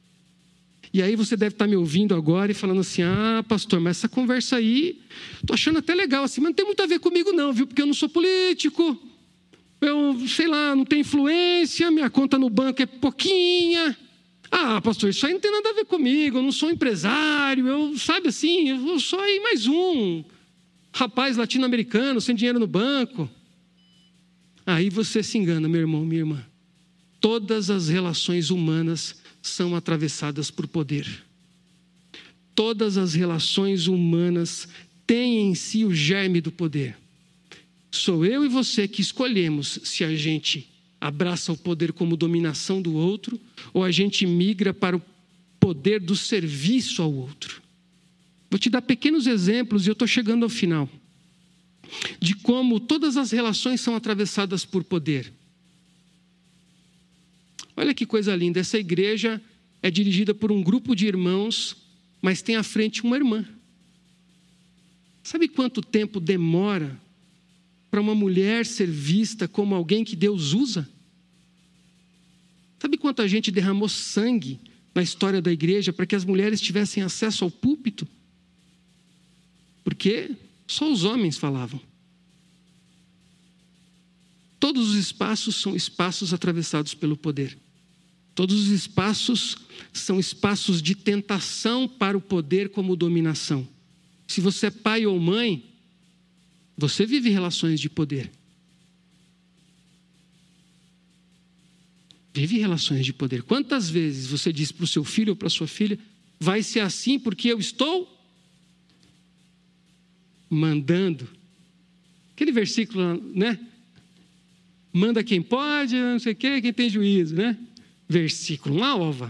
E aí você deve estar me ouvindo agora e falando assim: ah, pastor, mas essa conversa aí, estou achando até legal assim, mas não tem muito a ver comigo não, viu? Porque eu não sou político, eu, sei lá, não tenho influência, minha conta no banco é pouquinha. Ah, pastor, isso aí não tem nada a ver comigo, eu não sou empresário, eu, sabe assim, eu sou aí mais um rapaz latino-americano, sem dinheiro no banco. Aí você se engana, meu irmão, minha irmã. Todas as relações humanas são atravessadas por poder. Todas as relações humanas têm em si o germe do poder. Sou eu e você que escolhemos se a gente abraça o poder como dominação do outro ou a gente migra para o poder do serviço ao outro. Vou te dar pequenos exemplos e eu estou chegando ao final. De como todas as relações são atravessadas por poder. Olha que coisa linda, essa igreja é dirigida por um grupo de irmãos, mas tem à frente uma irmã. Sabe quanto tempo demora para uma mulher ser vista como alguém que Deus usa? Sabe quanta gente derramou sangue na história da igreja para que as mulheres tivessem acesso ao púlpito? Porque só os homens falavam. Todos os espaços são espaços atravessados pelo poder. Todos os espaços são espaços de tentação para o poder como dominação. Se você é pai ou mãe, você vive relações de poder. Vive relações de poder. Quantas vezes você diz para o seu filho ou para a sua filha, vai ser assim porque eu estou mandando. Aquele versículo, né? Manda quem pode, não sei o quê, quem tem juízo, né? Versículo, uma ova.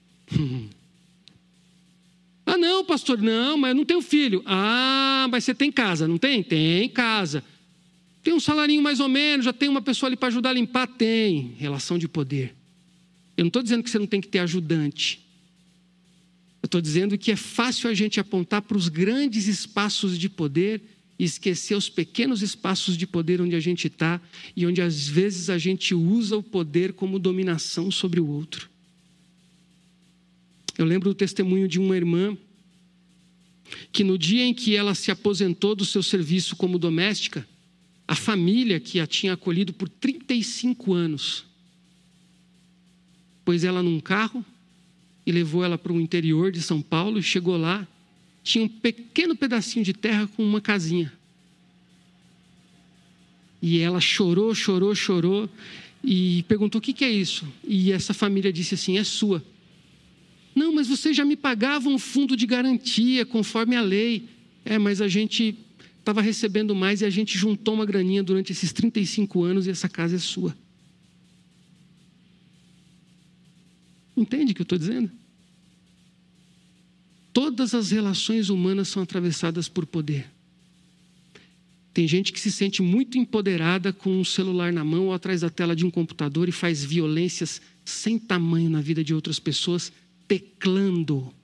Ah, não, pastor, não, mas eu não tenho filho. Ah, mas você tem casa, não tem? Tem casa. Tem um salarinho mais ou menos, já tem uma pessoa ali para ajudar a limpar? Tem. Relação de poder. Eu não estou dizendo que você não tem que ter ajudante. Eu estou dizendo que é fácil a gente apontar para os grandes espaços de poder e esquecer os pequenos espaços de poder onde a gente está e onde às vezes a gente usa o poder como dominação sobre o outro. Eu lembro do testemunho de uma irmã que no dia em que ela se aposentou do seu serviço como doméstica, a família que a tinha acolhido por 35 anos, pôs ela num carro e levou ela para o interior de São Paulo e chegou lá, tinha um pequeno pedacinho de terra com uma casinha. E ela chorou e perguntou, o que é isso? E essa família disse assim, é sua. Não, mas vocês já me pagavam um fundo de garantia conforme a lei. Mas a gente estava recebendo mais e a gente juntou uma graninha durante esses 35 anos e essa casa é sua. Entende o que eu estou dizendo? Todas as relações humanas são atravessadas por poder. Tem gente que se sente muito empoderada com um celular na mão ou atrás da tela de um computador e faz violências sem tamanho na vida de outras pessoas, teclando.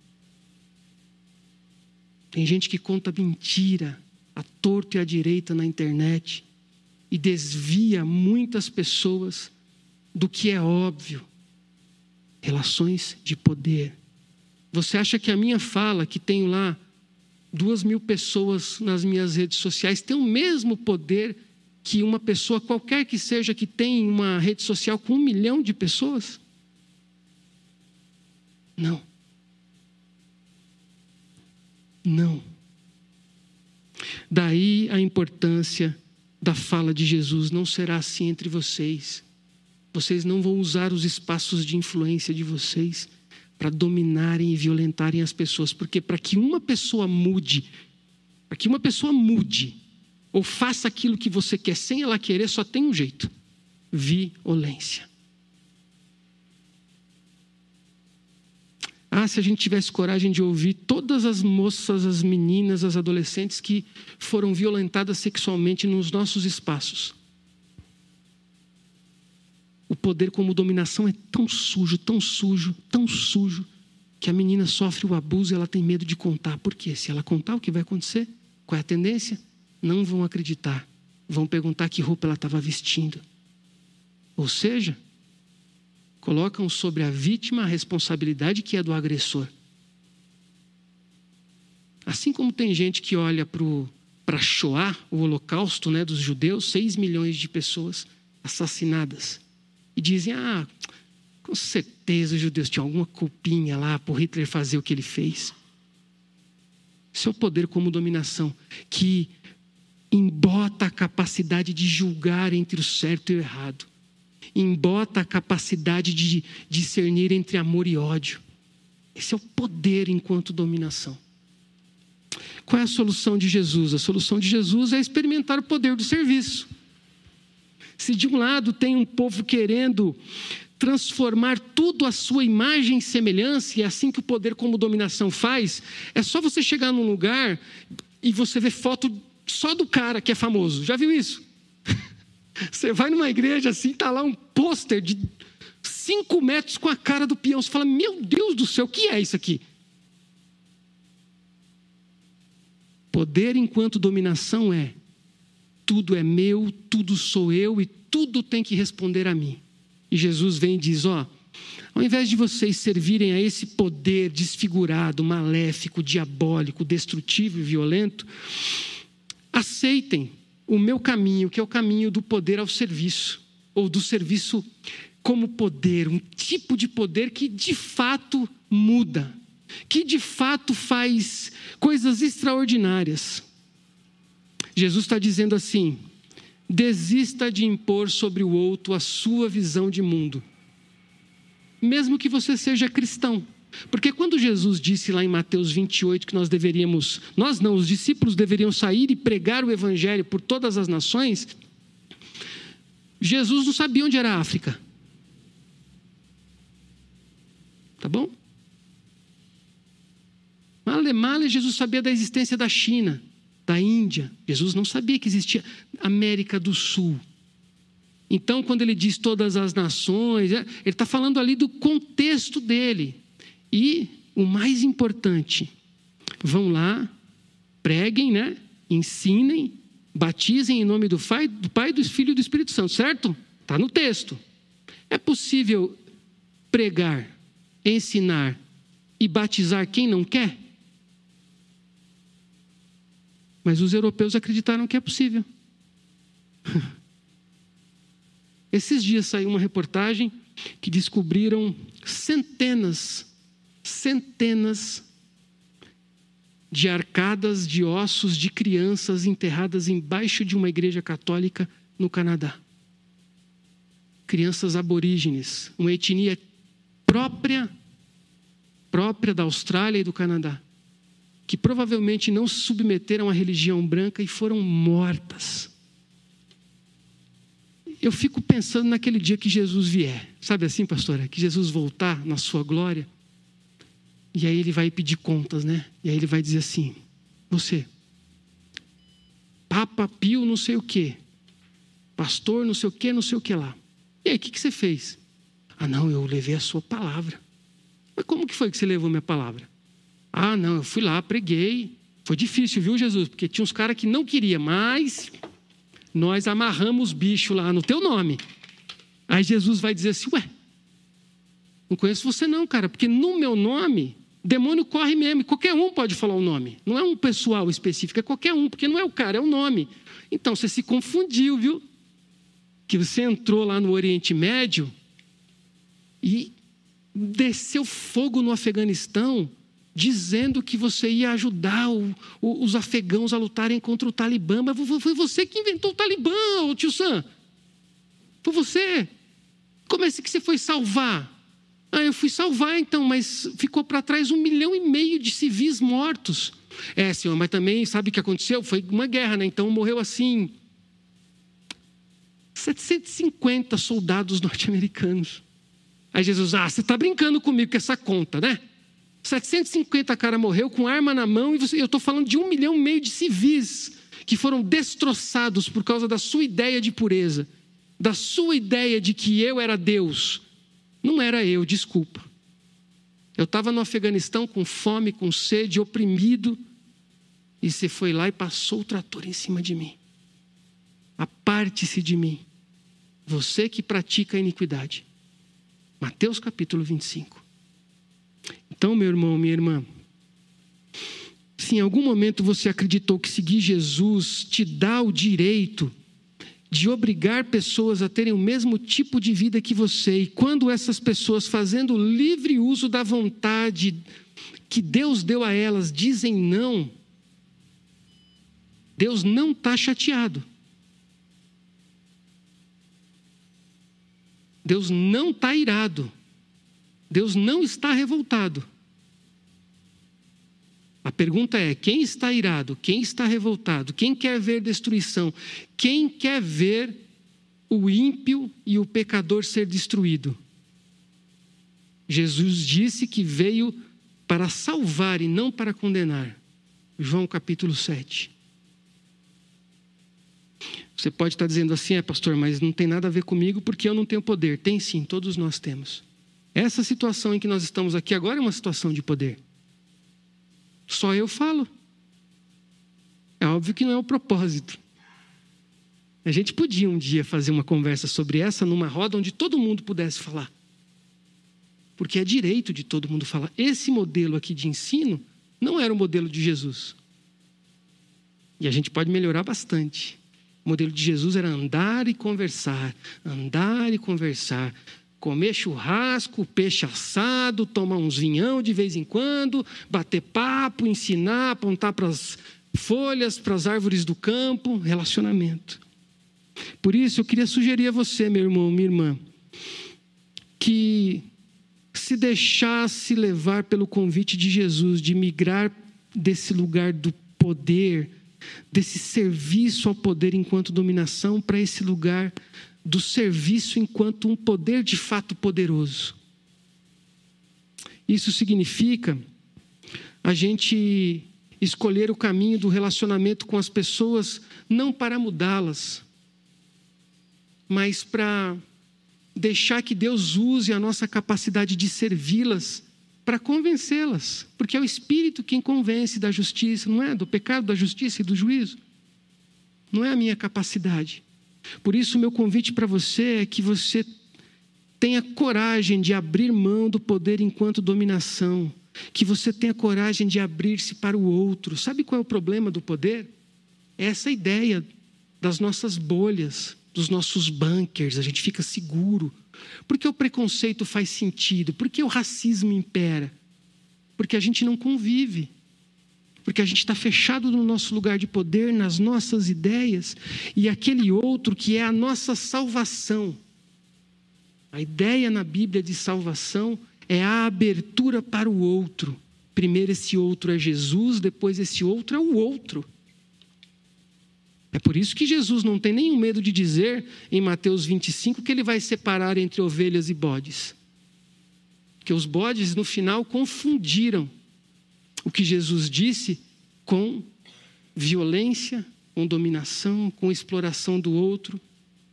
Tem gente que conta mentira à torto e à direita na internet e desvia muitas pessoas do que é óbvio. Relações de poder. Você acha que a minha fala, que tenho lá 2.000 pessoas nas minhas redes sociais, tem o mesmo poder que uma pessoa qualquer que seja que tem uma rede social com 1 milhão de pessoas? Não. Não. Daí a importância da fala de Jesus, não será assim entre vocês. Vocês não vão usar os espaços de influência de vocês para dominarem e violentarem as pessoas. Porque para que uma pessoa mude, ou faça aquilo que você quer sem ela querer, só tem um jeito: violência. Se a gente tivesse coragem de ouvir todas as moças, as meninas, as adolescentes que foram violentadas sexualmente nos nossos espaços. O poder como dominação é tão sujo, que a menina sofre o abuso e ela tem medo de contar. Por quê? Se ela contar, o que vai acontecer? Qual é a tendência? Não vão acreditar. Vão perguntar que roupa ela estava vestindo. Ou seja, colocam sobre a vítima a responsabilidade que é do agressor. Assim como tem gente que olha para Shoah, o holocausto, né, dos judeus, 6 milhões de pessoas assassinadas. E dizem, com certeza os judeus tinham alguma culpinha lá por Hitler fazer o que ele fez. Isso é o poder como dominação, que embota a capacidade de julgar entre o certo e o errado. Embota a capacidade de discernir entre amor e ódio. Esse é o poder enquanto dominação. Qual é a solução de Jesus? A solução de Jesus é experimentar o poder do serviço. Se de um lado tem um povo querendo transformar tudo à sua imagem e semelhança, e é assim que o poder como dominação faz, é só você chegar num lugar e você ver foto só do cara que é famoso. Já viu isso? Você vai numa igreja assim, está lá um pôster de 5 metros com a cara do peão. Você fala, meu Deus do céu, o que é isso aqui? Poder enquanto dominação é: tudo é meu, tudo sou eu e tudo tem que responder a mim. E Jesus vem e diz, ao invés de vocês servirem a esse poder desfigurado, maléfico, diabólico, destrutivo e violento, aceitem o meu caminho, que é o caminho do poder ao serviço, ou do serviço como poder, um tipo de poder que de fato muda, que de fato faz coisas extraordinárias. Jesus está dizendo assim: desista de impor sobre o outro a sua visão de mundo, mesmo que você seja cristão. Porque quando Jesus disse lá em Mateus 28 que os discípulos deveriam sair e pregar o evangelho por todas as nações, Jesus não sabia onde era a África. Tá bom? Male, Jesus sabia da existência da China, da Índia. Jesus não sabia que existia América do Sul. Então, quando ele diz todas as nações, ele está falando ali do contexto dele. E o mais importante, vão lá, preguem, ensinem, batizem em nome do Pai, do Filho e do Espírito Santo, certo? Está no texto. É possível pregar, ensinar e batizar quem não quer? Mas os europeus acreditaram que é possível. Esses dias saiu uma reportagem que descobriram centenas de arcadas de ossos de crianças enterradas embaixo de uma igreja católica no Canadá. Crianças aborígenes, uma etnia própria da Austrália e do Canadá, que provavelmente não se submeteram à religião branca e foram mortas. Eu fico pensando naquele dia que Jesus vier. Sabe assim, pastora? Que Jesus voltar na sua glória. E aí ele vai pedir contas, E aí ele vai dizer assim: você, Papa Pio não sei o quê, pastor não sei o que lá. E aí, o que você fez? Não, eu levei a sua palavra. Mas como que foi que você levou minha palavra? Não, eu fui lá, preguei. Foi difícil, viu, Jesus? Porque tinha uns caras que não queriam, mas nós amarramos os bichos lá no teu nome. Aí Jesus vai dizer assim: não conheço você não, cara, porque no meu nome, demônio corre mesmo. Qualquer um pode falar o nome. Não é um pessoal específico, é qualquer um, porque não é o cara, é o nome. Então, você se confundiu, viu? Que você entrou lá no Oriente Médio e desceu fogo no Afeganistão, dizendo que você ia ajudar os afegãos a lutarem contra o Talibã. Mas foi você que inventou o Talibã, tio Sam. Foi você. Como é que você foi salvar? Eu fui salvar então, mas ficou para trás 1,5 milhão de civis mortos. Senhor, mas também sabe o que aconteceu? Foi uma guerra, Então morreu assim 750 soldados norte-americanos. Aí Jesus, você está brincando comigo com essa conta, 750 cara morreu com arma na mão, e eu estou falando de 1,5 milhão de civis que foram destroçados por causa da sua ideia de pureza, da sua ideia de que eu era Deus. Não era eu, desculpa. Eu estava no Afeganistão com fome, com sede, oprimido, e você foi lá e passou o trator em cima de mim. Aparte-se de mim, você que pratica a iniquidade. Mateus capítulo 25. Então, meu irmão, minha irmã, se em algum momento você acreditou que seguir Jesus te dá o direito de obrigar pessoas a terem o mesmo tipo de vida que você, e quando essas pessoas, fazendo livre uso da vontade que Deus deu a elas, dizem não, Deus não está chateado. Deus não está irado. Deus não está revoltado. A pergunta é: quem está irado? Quem está revoltado? Quem quer ver destruição? Quem quer ver o ímpio e o pecador ser destruído? Jesus disse que veio para salvar e não para condenar. João capítulo 7. Você pode estar dizendo assim: pastor, mas não tem nada a ver comigo porque eu não tenho poder. Tem sim, todos nós temos. Essa situação em que nós estamos aqui agora é uma situação de poder. Só eu falo. É óbvio que não é o propósito. A gente podia um dia fazer uma conversa sobre essa numa roda onde todo mundo pudesse falar. Porque é direito de todo mundo falar. Esse modelo aqui de ensino não era o modelo de Jesus. E a gente pode melhorar bastante. O modelo de Jesus era andar e conversar. Andar e conversar. Comer churrasco, peixe assado, tomar uns vinhão de vez em quando, bater papo, ensinar, apontar para as folhas, para as árvores do campo, relacionamento. Por isso eu queria sugerir a você, meu irmão, minha irmã, que se deixasse levar pelo convite de Jesus de migrar desse lugar do poder, desse serviço ao poder enquanto dominação, para esse lugar do serviço enquanto um poder de fato poderoso. Isso significa a gente escolher o caminho do relacionamento com as pessoas, não para mudá-las, mas para deixar que Deus use a nossa capacidade de servi-las para convencê-las, porque é o Espírito quem convence da justiça, não é? Do pecado, da justiça e do juízo. Não é a minha capacidade. Por isso, o meu convite para você é que você tenha coragem de abrir mão do poder enquanto dominação, que você tenha coragem de abrir-se para o outro. Sabe qual é o problema do poder? É essa ideia das nossas bolhas, dos nossos bunkers, a gente fica seguro. Por que o preconceito faz sentido? Por que o racismo impera? Porque a gente não convive. Porque a gente está fechado no nosso lugar de poder, nas nossas ideias, e aquele outro que é a nossa salvação. A ideia na Bíblia de salvação é a abertura para o outro. Primeiro esse outro é Jesus, depois esse outro é o outro. É por isso que Jesus não tem nenhum medo de dizer em Mateus 25 que ele vai separar entre ovelhas e bodes. Porque os bodes no final confundiram o que Jesus disse com violência, com dominação, com exploração do outro.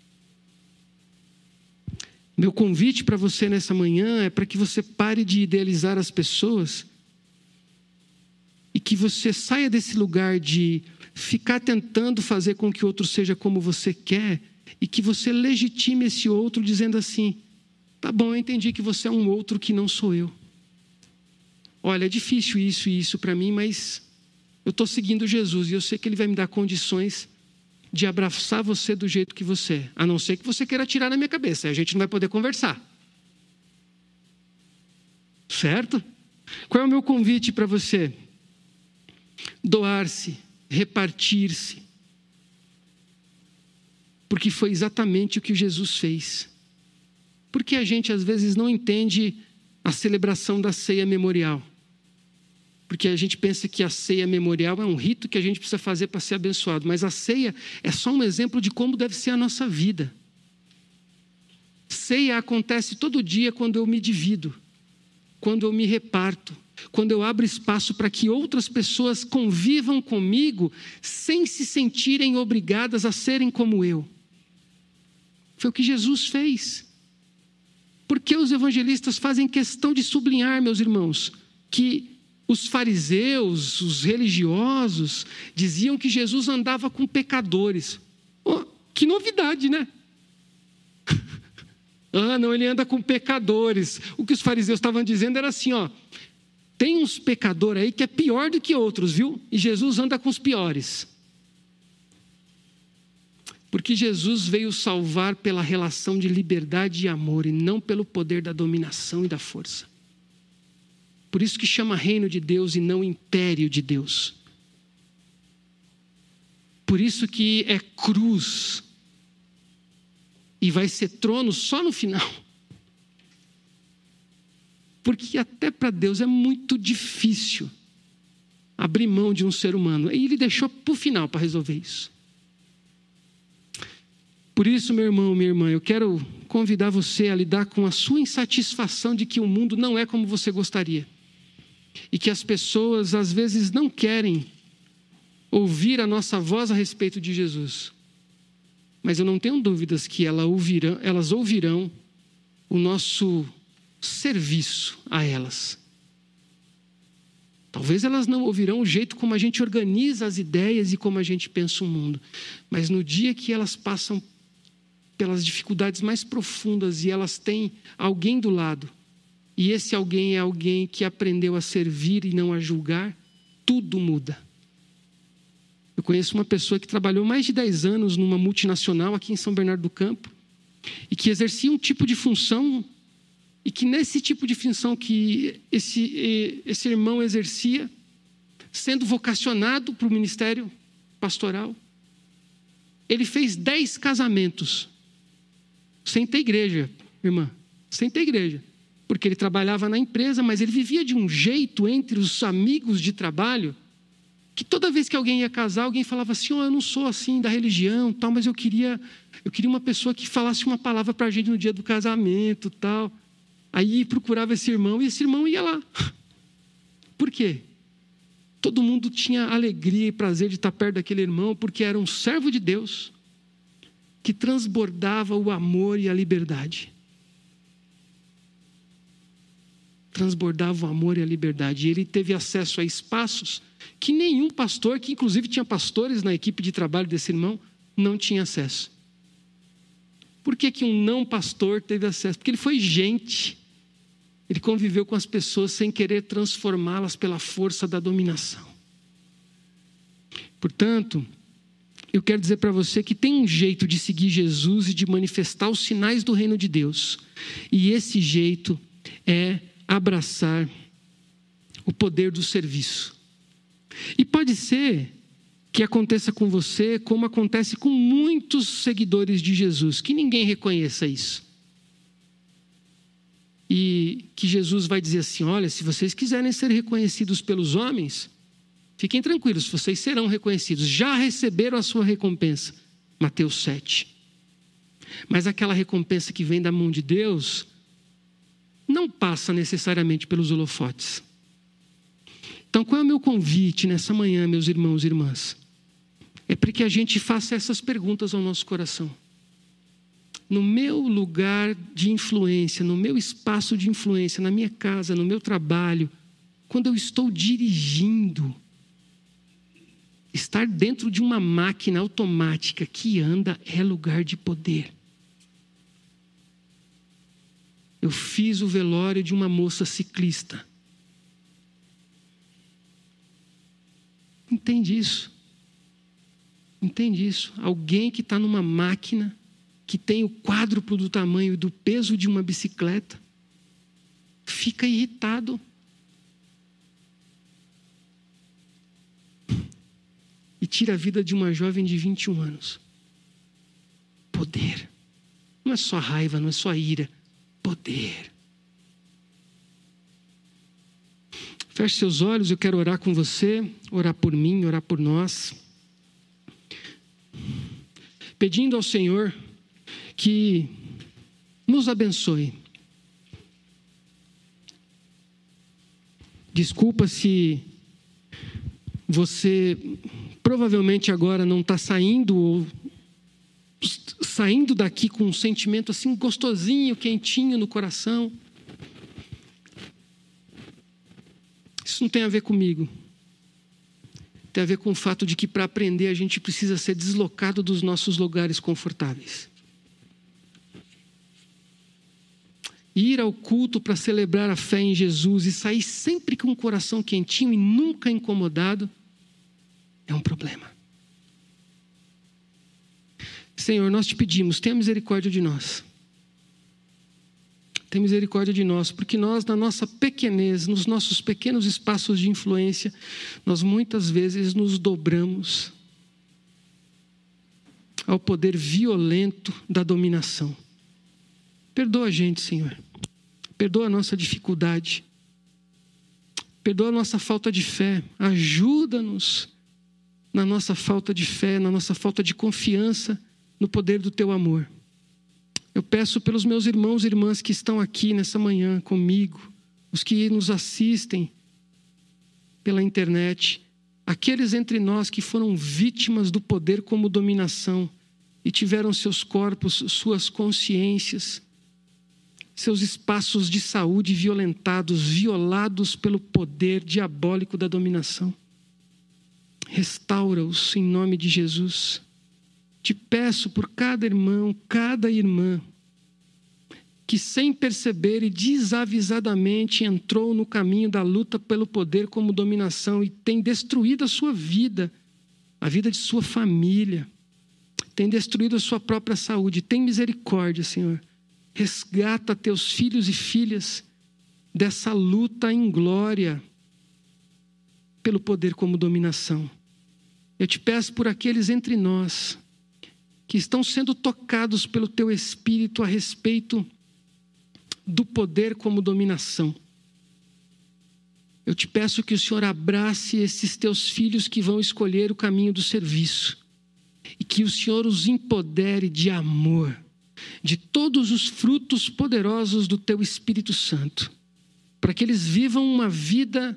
Meu convite para você nessa manhã é para que você pare de idealizar as pessoas e que você saia desse lugar de ficar tentando fazer com que o outro seja como você quer e que você legitime esse outro dizendo assim: tá bom, eu entendi que você é um outro que não sou eu. Olha, é difícil isso e isso para mim, mas eu estou seguindo Jesus e eu sei que Ele vai me dar condições de abraçar você do jeito que você é. A não ser que você queira tirar na minha cabeça, aí a gente não vai poder conversar. Certo? Qual é o meu convite para você? Doar-se, repartir-se. Porque foi exatamente o que Jesus fez. Porque a gente às vezes não entende a celebração da ceia memorial. Porque a gente pensa que a ceia memorial é um rito que a gente precisa fazer para ser abençoado. Mas a ceia é só um exemplo de como deve ser a nossa vida. Ceia acontece todo dia quando eu me divido, quando eu me reparto, quando eu abro espaço para que outras pessoas convivam comigo sem se sentirem obrigadas a serem como eu. Foi o que Jesus fez. Porque os evangelistas fazem questão de sublinhar, meus irmãos, que os fariseus, os religiosos, diziam que Jesus andava com pecadores. Oh, que novidade, né? Não, ele anda com pecadores. O que os fariseus estavam dizendo era assim, tem uns pecadores aí que é pior do que outros, viu? E Jesus anda com os piores. Porque Jesus veio salvar pela relação de liberdade e amor e não pelo poder da dominação e da força. Por isso que chama reino de Deus e não império de Deus. Por isso que é cruz e vai ser trono só no final. Porque até para Deus é muito difícil abrir mão de um ser humano. E ele deixou para o final para resolver isso. Por isso, meu irmão, minha irmã, eu quero convidar você a lidar com a sua insatisfação de que o mundo não é como você gostaria. E que as pessoas, às vezes, não querem ouvir a nossa voz a respeito de Jesus. Mas eu não tenho dúvidas que elas ouvirão o nosso serviço a elas. Talvez elas não ouvirão o jeito como a gente organiza as ideias e como a gente pensa o mundo. Mas no dia que elas passam pelas dificuldades mais profundas e elas têm alguém do lado, e esse alguém é alguém que aprendeu a servir e não a julgar, tudo muda. Eu conheço uma pessoa que trabalhou mais de 10 anos numa multinacional aqui em São Bernardo do Campo e que exercia um tipo de função e que nesse tipo de função que esse irmão exercia, sendo vocacionado para o ministério pastoral, ele fez 10 casamentos sem ter igreja, irmã, sem ter igreja. Porque ele trabalhava na empresa, mas ele vivia de um jeito entre os amigos de trabalho, que toda vez que alguém ia casar, alguém falava assim, eu não sou assim da religião, tal, mas eu queria uma pessoa que falasse uma palavra para a gente no dia do casamento, tal. Aí procurava esse irmão, e esse irmão ia lá. Por quê? Todo mundo tinha alegria e prazer de estar perto daquele irmão, porque era um servo de Deus, que transbordava o amor e a liberdade. Transbordava o amor e a liberdade. E ele teve acesso a espaços que nenhum pastor, que inclusive tinha pastores na equipe de trabalho desse irmão, não tinha acesso. Por que um não pastor teve acesso? Porque ele foi gente. Ele conviveu com as pessoas sem querer transformá-las pela força da dominação. Portanto, eu quero dizer para você que tem um jeito de seguir Jesus e de manifestar os sinais do reino de Deus. E esse jeito é abraçar o poder do serviço. E pode ser que aconteça com você como acontece com muitos seguidores de Jesus, que ninguém reconheça isso. E que Jesus vai dizer assim, olha, se vocês quiserem ser reconhecidos pelos homens, fiquem tranquilos, vocês serão reconhecidos, já receberam a sua recompensa. Mateus 7. Mas aquela recompensa que vem da mão de Deus não passa necessariamente pelos holofotes. Então, qual é o meu convite nessa manhã, meus irmãos e irmãs? É para que a gente faça essas perguntas ao nosso coração. No meu lugar de influência, no meu espaço de influência, na minha casa, no meu trabalho, quando eu estou dirigindo, estar dentro de uma máquina automática que anda é lugar de poder. Eu fiz o velório de uma moça ciclista. Entende isso? Entende isso? Alguém que está numa máquina, que tem o quádruplo do tamanho e do peso de uma bicicleta, fica irritado. E tira a vida de uma jovem de 21 anos. Poder. Não é só raiva, não é só ira. Poder. Feche seus olhos, eu quero orar com você, orar por mim, orar por nós. Pedindo ao Senhor que nos abençoe. Desculpa se você provavelmente agora não está saindo daqui com um sentimento assim gostosinho, quentinho no coração. Isso não tem a ver comigo. Tem a ver com o fato de que para aprender a gente precisa ser deslocado dos nossos lugares confortáveis. Ir ao culto para celebrar a fé em Jesus e sair sempre com o coração quentinho e nunca incomodado é um problema. Senhor, nós te pedimos, tenha misericórdia de nós. Tenha misericórdia de nós, porque nós, na nossa pequenez, nos nossos pequenos espaços de influência, nós muitas vezes nos dobramos ao poder violento da dominação. Perdoa a gente, Senhor. Perdoa a nossa dificuldade. Perdoa a nossa falta de fé. Ajuda-nos na nossa falta de fé, na nossa falta de confiança no poder do teu amor. Eu peço pelos meus irmãos e irmãs que estão aqui nessa manhã comigo, os que nos assistem pela internet, aqueles entre nós que foram vítimas do poder como dominação e tiveram seus corpos, suas consciências, seus espaços de saúde violentados, violados pelo poder diabólico da dominação. Restaura-os em nome de Jesus. Te peço por cada irmão, cada irmã, que sem perceber e desavisadamente entrou no caminho da luta pelo poder como dominação e tem destruído a sua vida, a vida de sua família, tem destruído a sua própria saúde. Tem misericórdia, Senhor. Resgata teus filhos e filhas dessa luta em glória pelo poder como dominação. Eu te peço por aqueles entre nós que estão sendo tocados pelo teu Espírito a respeito do poder como dominação. Eu te peço que o Senhor abrace esses teus filhos que vão escolher o caminho do serviço e que o Senhor os empodere de amor, de todos os frutos poderosos do teu Espírito Santo, para que eles vivam uma vida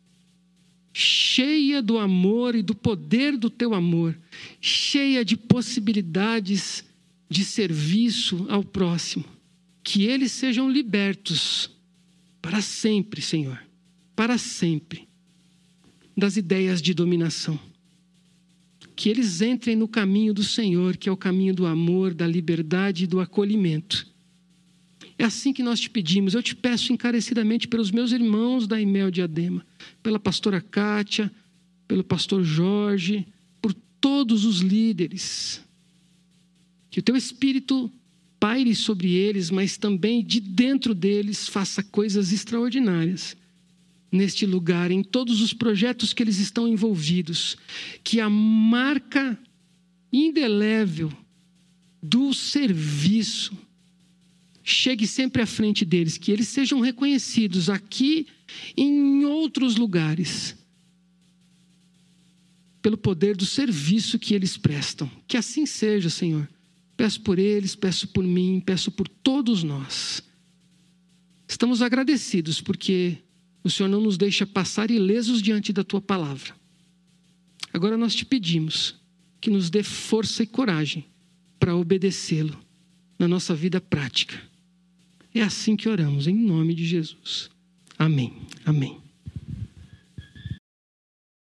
cheia do amor e do poder do teu amor, cheia de possibilidades de serviço ao próximo. Que eles sejam libertos para sempre, Senhor, para sempre, das ideias de dominação. Que eles entrem no caminho do Senhor, que é o caminho do amor, da liberdade e do acolhimento. É assim que nós te pedimos. Eu te peço encarecidamente pelos meus irmãos da IMEL Diadema, pela pastora Kátia, pelo pastor Jorge, por todos os líderes. Que o teu Espírito paire sobre eles, mas também de dentro deles faça coisas extraordinárias neste lugar, em todos os projetos que eles estão envolvidos. Que a marca indelével do serviço chegue sempre à frente deles, que eles sejam reconhecidos aqui e em outros lugares pelo poder do serviço que eles prestam. Que assim seja, Senhor. Peço por eles, peço por mim, peço por todos nós. Estamos agradecidos porque o Senhor não nos deixa passar ilesos diante da tua palavra. Agora nós te pedimos que nos dê força e coragem para obedecê-lo na nossa vida prática. É assim que oramos, em nome de Jesus. Amém. Amém.